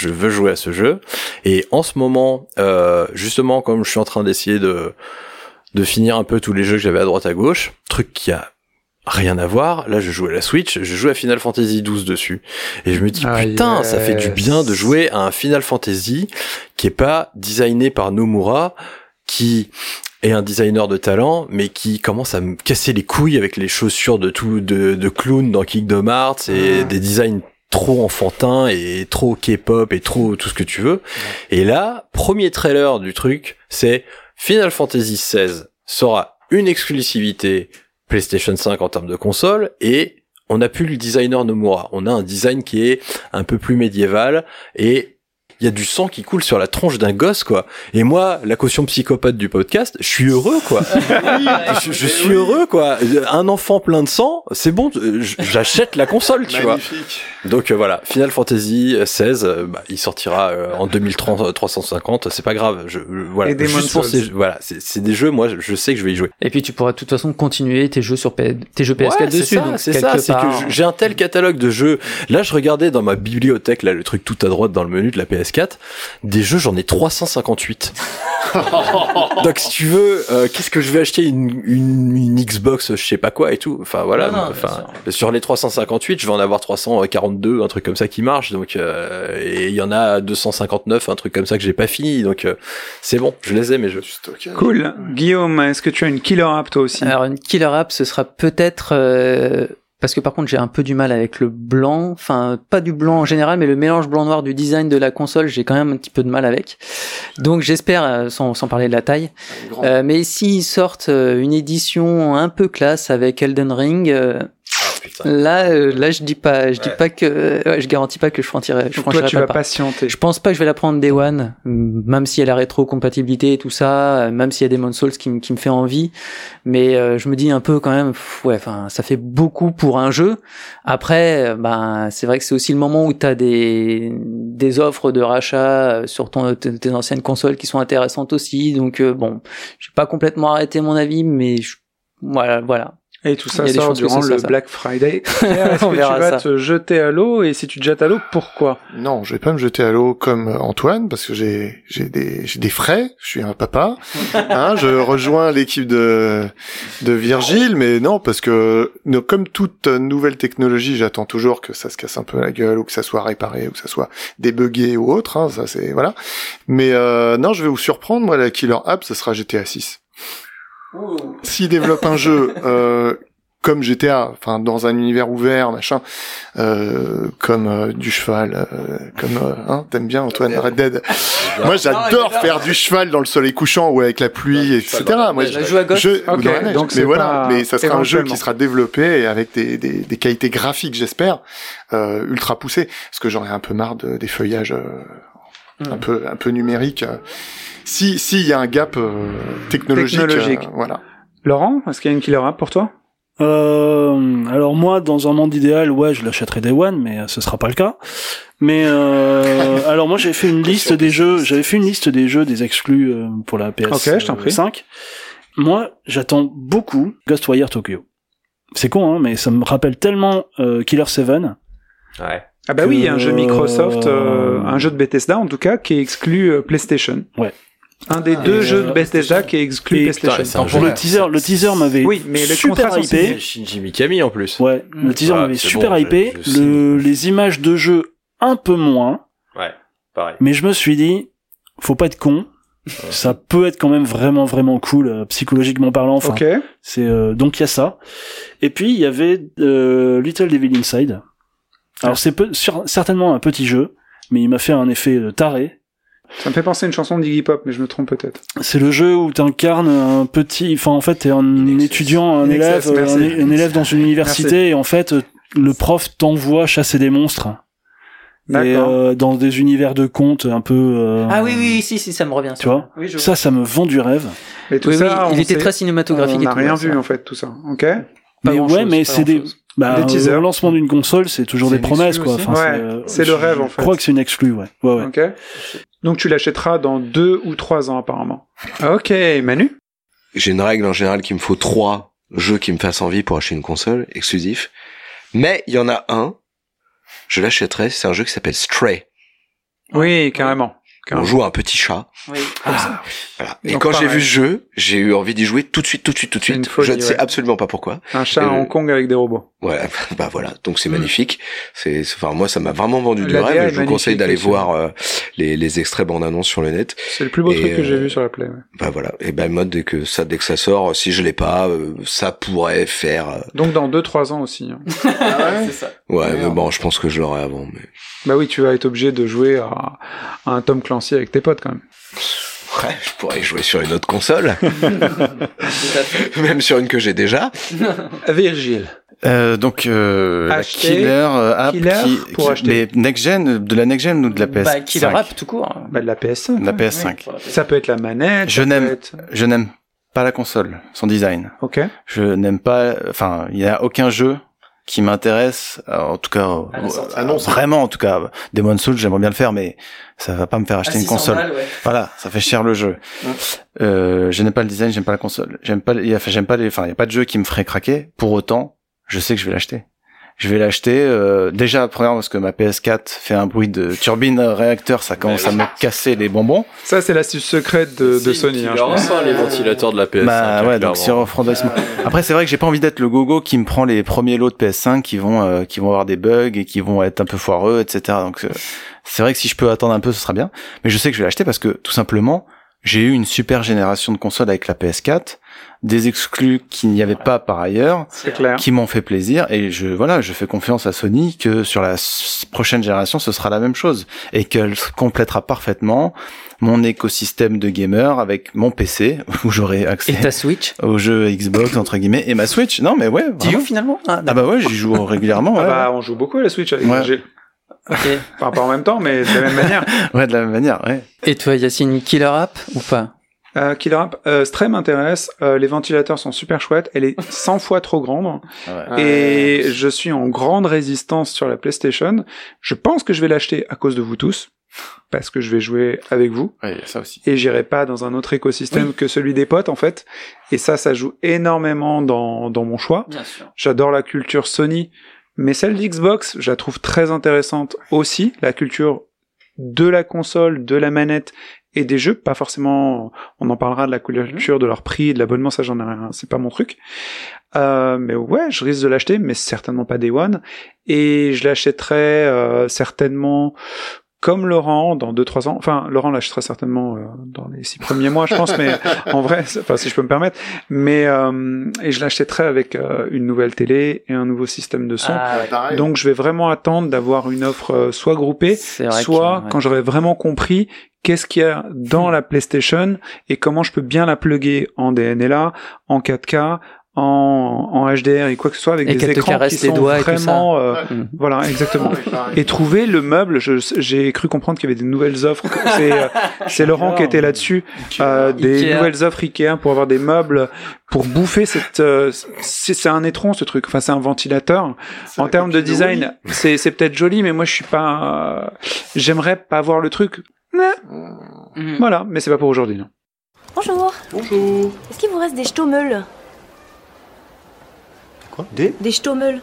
jeu. Et en ce moment, justement comme je suis en train d'essayer de finir un peu tous les jeux que j'avais à droite à gauche, truc qui a rien à voir, là je joue à la Switch, je joue à Final Fantasy XII dessus, et je me dis putain, ça fait du bien de jouer à un Final Fantasy qui est pas designé par Nomura, qui est un designer de talent, mais qui commence à me casser les couilles avec les chaussures de clown dans Kingdom Hearts, et des designs trop enfantins, et trop K-pop, et trop tout ce que tu veux, et là, premier trailer du truc, c'est Final Fantasy XVI sera une exclusivité PlayStation 5 en termes de console, et on n'a plus le designer Nomura. On a un design qui est un peu plus médiéval, et il y a du sang qui coule sur la tronche d'un gosse, quoi. Et moi, la caution psychopathe du podcast, je suis heureux, quoi. je suis heureux, quoi. Un enfant plein de sang, c'est bon, j'achète la console, tu vois. Donc voilà, Final Fantasy XVI, il sortira en 2350, c'est pas grave. Voilà. Et juste pour c'est des jeux, moi, je sais que je vais y jouer. Et puis tu pourras de toute façon continuer tes jeux PS4 dessus. C'est que j'ai un tel catalogue de jeux. Là, je regardais dans ma bibliothèque, là, le truc tout à droite dans le menu de la PS4, des jeux, j'en ai 358. Donc si tu veux, qu'est-ce que je vais acheter, une Xbox, je sais pas quoi et tout. Enfin voilà, sur les 358, je vais en avoir 342, un truc comme ça qui marche. Donc et il y en a 259, un truc comme ça que j'ai pas fini. Donc c'est bon, je les ai mes jeux. Cool. Guillaume, est-ce que tu as une killer app toi aussi? Alors une killer app, ce sera peut-être parce que par contre j'ai un peu du mal avec le blanc, enfin pas du blanc en général, mais le mélange blanc-noir du design de la console, j'ai quand même un petit peu de mal avec. Donc j'espère, sans parler de la taille, mais s'ils sortent une édition un peu classe avec Elden Ring, là je dis pas que je garantis pas que je franchirai toi tu vas patienter. Je pense pas que je vais la prendre Day One, même si elle a rétro-compatibilité et tout ça, même s'il y a des Demon's Souls qui me fait envie, mais je me dis un peu quand même ça fait beaucoup pour un jeu. Après c'est vrai que c'est aussi le moment où t'as des offres de rachat sur tes anciennes consoles qui sont intéressantes aussi, donc j'ai pas complètement arrêté mon avis, mais voilà. Et tout ça sort durant le Black Friday. Est-ce que tu vas te jeter à l'eau? Et si tu te jettes à l'eau, pourquoi? Non, je vais pas me jeter à l'eau comme Antoine, parce que j'ai des frais. Je suis un papa. Je rejoins l'équipe de Virgile, mais non, parce que comme toute nouvelle technologie, j'attends toujours que ça se casse un peu la gueule, ou que ça soit réparé, ou que ça soit débugué ou autre. Ça c'est voilà. Mais non, je vais vous surprendre. Moi, la killer app, ce sera GTA 6. S'ils développent un jeu comme GTA, enfin dans un univers ouvert, machin, comme du cheval, t'aimes bien Antoine Red Dead. Moi j'adore faire du cheval dans le soleil couchant ou avec la pluie, etc. Moi je joue à gauche. Donc mais voilà, mais ça sera un jeu qui sera développé et avec des qualités graphiques, j'espère, ultra poussées, parce que j'en ai un peu marre des feuillages un peu numériques. Si y a un gap technologique. Voilà. Laurent, est-ce qu'il y a une killer app pour toi? Alors moi, dans un monde idéal, je l'achèterais Day One, mais ce sera pas le cas. Mais alors moi, j'avais fait une liste des jeux, des exclus pour la PS5. Moi, j'attends beaucoup Ghostwire Tokyo. C'est con, mais ça me rappelle tellement Killer 7. Ouais. Ah bah oui, un jeu Microsoft, un jeu de Bethesda en tout cas, qui est exclu PlayStation. Ouais. Un des deux jeux de Bethesda qui est exclu PlayStation. Le teaser m'avait super hypé. Shinji Mikami en plus. Ouais, le teaser m'avait super hypé. Les images de jeu un peu moins. Ouais. pareil. Mais je me suis dit, faut pas être con. Ça peut être quand même vraiment vraiment cool psychologiquement parlant. Enfin, Ok. c'est donc il y a ça. Et puis il y avait Little Devil Inside. Alors c'est certainement un petit jeu, mais il m'a fait un effet taré. Ça me fait penser à une chanson de Iggy Pop, mais je me trompe peut-être. C'est le jeu où t'incarnes un petit, enfin en fait t'es un étudiant, un élève, un élève dans une université, et en fait le prof t'envoie chasser des monstres. Et dans des univers de contes un peu. Ah oui, si, ça me revient. Tu vois, oui, ça me vend du rêve. Et tout ça, il était très cinématographique. On n'a rien vu en fait, tout ça. Ok. Mais ouais, mais c'est des teasers. Au lancement d'une console, c'est toujours des promesses, quoi. Enfin, c'est le rêve en fait. Je crois que c'est une exclue, ouais. Ok. Donc tu l'achèteras dans 2 ou 3 ans apparemment. Ok, Manu. J'ai une règle en général qu'il me faut 3 jeux qui me fassent envie pour acheter une console exclusif. Mais il y en a un, je l'achèterai, c'est un jeu qui s'appelle Stray. Oui, carrément. On joue à un petit chat. Oui. Voilà. Et quand j'ai vu ce jeu, j'ai eu envie d'y jouer tout de suite. Folie, je ne sais absolument pas pourquoi. Un chat à Hong Kong avec des robots. Ouais, bah voilà. Donc c'est magnifique. Enfin moi ça m'a vraiment vendu du rêve. Je vous conseille d'aller voir les extraits bandes annonces sur le net. C'est le plus beau truc que j'ai vu sur la Play. Ouais. Bah voilà. Et ben mode dès que ça sort, si je l'ai pas, ça pourrait faire. Donc dans 2-3 ans aussi. Hein. Ah ouais, c'est ça. Ouais, mais bon, je pense que je l'aurai avant. Mais... Bah oui, tu vas être obligé de jouer à un Tom Clancy avec tes potes quand même. Ouais, je pourrais jouer sur une autre console. Même sur une que j'ai déjà. Virgile. Donc la Killer App pour acheter. Mais next gen, de la next gen ou de la PS5? Bah, Killer App tout court. Bah de la PS5. De la PS5. Oui, ça peut être la manette. Je n'aime pas la console, son design. Ok. Je n'aime pas, enfin, il y a aucun jeu qui m'intéresse, en tout cas, vraiment, en tout cas, Demon's Souls, j'aimerais bien le faire, mais ça va pas me faire acheter une console. Voilà, ça fait cher le jeu. Je n'aime pas le design, j'aime pas la console. Il y a pas de jeu qui me ferait craquer. Pour autant, je sais que je vais l'acheter. Je vais l'acheter, déjà, premièrement, parce que ma PS4 fait un bruit de turbine réacteur, ça commence à me casser les bonbons. Ça, c'est l'astuce secrète de Sony, hein, je pense. Les ventilateurs de la PS5. Bah, ouais, donc, sur refroidissement. Après, c'est vrai que j'ai pas envie d'être le gogo qui me prend les premiers lots de PS5 qui vont avoir des bugs et qui vont être un peu foireux, etc. Donc, c'est vrai que si je peux attendre un peu, ce sera bien. Mais je sais que je vais l'acheter parce que, tout simplement, j'ai eu une super génération de consoles avec la PS4, des exclus qu'il n'y avait pas par ailleurs, qui m'ont fait plaisir, et je fais confiance à Sony que sur la prochaine génération ce sera la même chose, et qu'elle complétera parfaitement mon écosystème de gamer avec mon PC, où j'aurai accès et ta Switch aux jeux Xbox, entre guillemets, et ma Switch. Non mais ouais, tu joues finalement? Ah bah ouais, j'y joue régulièrement. Ouais. Bah on joue beaucoup à la Switch avec Virgile. Okay. Enfin, pas en même temps, mais de la même manière. Ouais, de la même manière, ouais. Et toi, Yacine, Killer App ou pas? Killer App, Stray m'intéresse. Les ventilateurs sont super chouettes. Elle est 100 fois trop grande. Ouais. Et je suis en grande résistance sur la PlayStation. Je pense que je vais l'acheter à cause de vous tous. Parce que je vais jouer avec vous. Ouais, ça aussi. Et j'irai pas dans un autre écosystème que celui des potes, en fait. Et ça joue énormément dans mon choix. Bien sûr. J'adore la culture Sony. Mais celle d'Xbox, je la trouve très intéressante aussi, la culture de la console, de la manette et des jeux, pas forcément, on en parlera de la culture, de leur prix, de l'abonnement, ça j'en ai rien, c'est pas mon truc. Mais ouais, je risque de l'acheter, mais certainement pas Day One. Et je l'achèterai certainement comme Laurent dans 2-3 ans. Enfin, Laurent l'achètera certainement dans les 6 premiers mois, je pense, mais en vrai, enfin si je peux me permettre. Mais et je l'achèterai avec une nouvelle télé et un nouveau système de son. Donc je vais vraiment attendre d'avoir une offre soit groupée, soit quand j'aurai vraiment compris qu'est-ce qu'il y a dans la PlayStation et comment je peux bien la plugger en DNLA, en 4K, en HDR et quoi que ce soit avec des écrans qui sont vraiment voilà exactement et trouver le meuble. J'ai cru comprendre qu'il y avait des nouvelles offres, c'est Laurent qui était là-dessus, des nouvelles offres Ikea pour avoir des meubles pour bouffer c'est un étron ce truc, enfin c'est un ventilateur. En termes de design c'est peut-être joli, mais moi je suis pas j'aimerais pas voir le truc. Voilà, mais c'est pas pour aujourd'hui, non. Bonjour. Est-ce qu'il vous reste des Stommel? Quoi? Des Stommel.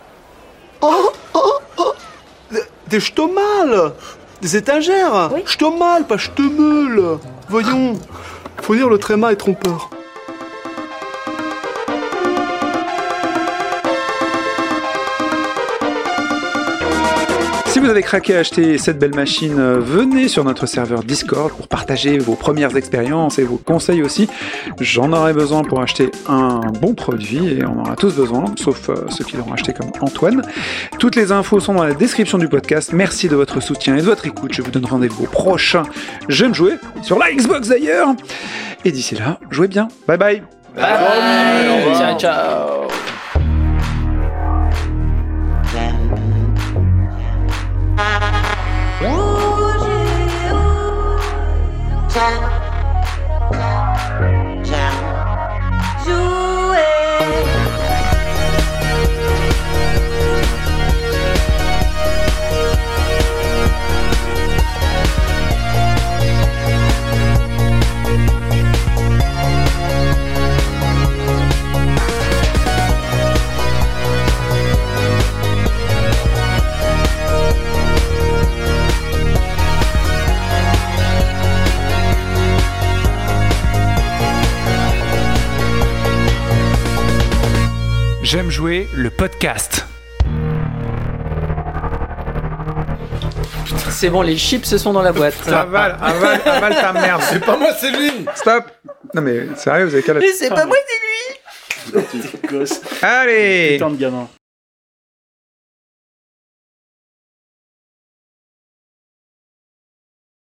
Des Stommel. Des étagères. Oui. Stommel, pas Stommel. Voyons. Faut dire le tréma est trompeur. Si vous avez craqué à acheter cette belle machine, venez sur notre serveur Discord pour partager vos premières expériences et vos conseils aussi. J'en aurai besoin pour acheter un bon produit et on en aura tous besoin, sauf ceux qui l'auront acheté comme Antoine. Toutes les infos sont dans la description du podcast. Merci de votre soutien et de votre écoute. Je vous donne rendez-vous au prochain J'aime jouer, sur la Xbox d'ailleurs. Et d'ici là, jouez bien. Bye bye. Bye. Ciao, ciao. J'aime jouer, le podcast. C'est bon, les chips se sont dans la boîte. Avale ta merde. C'est pas moi, c'est lui. Stop. Non mais sérieux, vous avez qu'à la... Mais c'est pas moi, c'est lui. Gosse. Allez. Putain de gamin.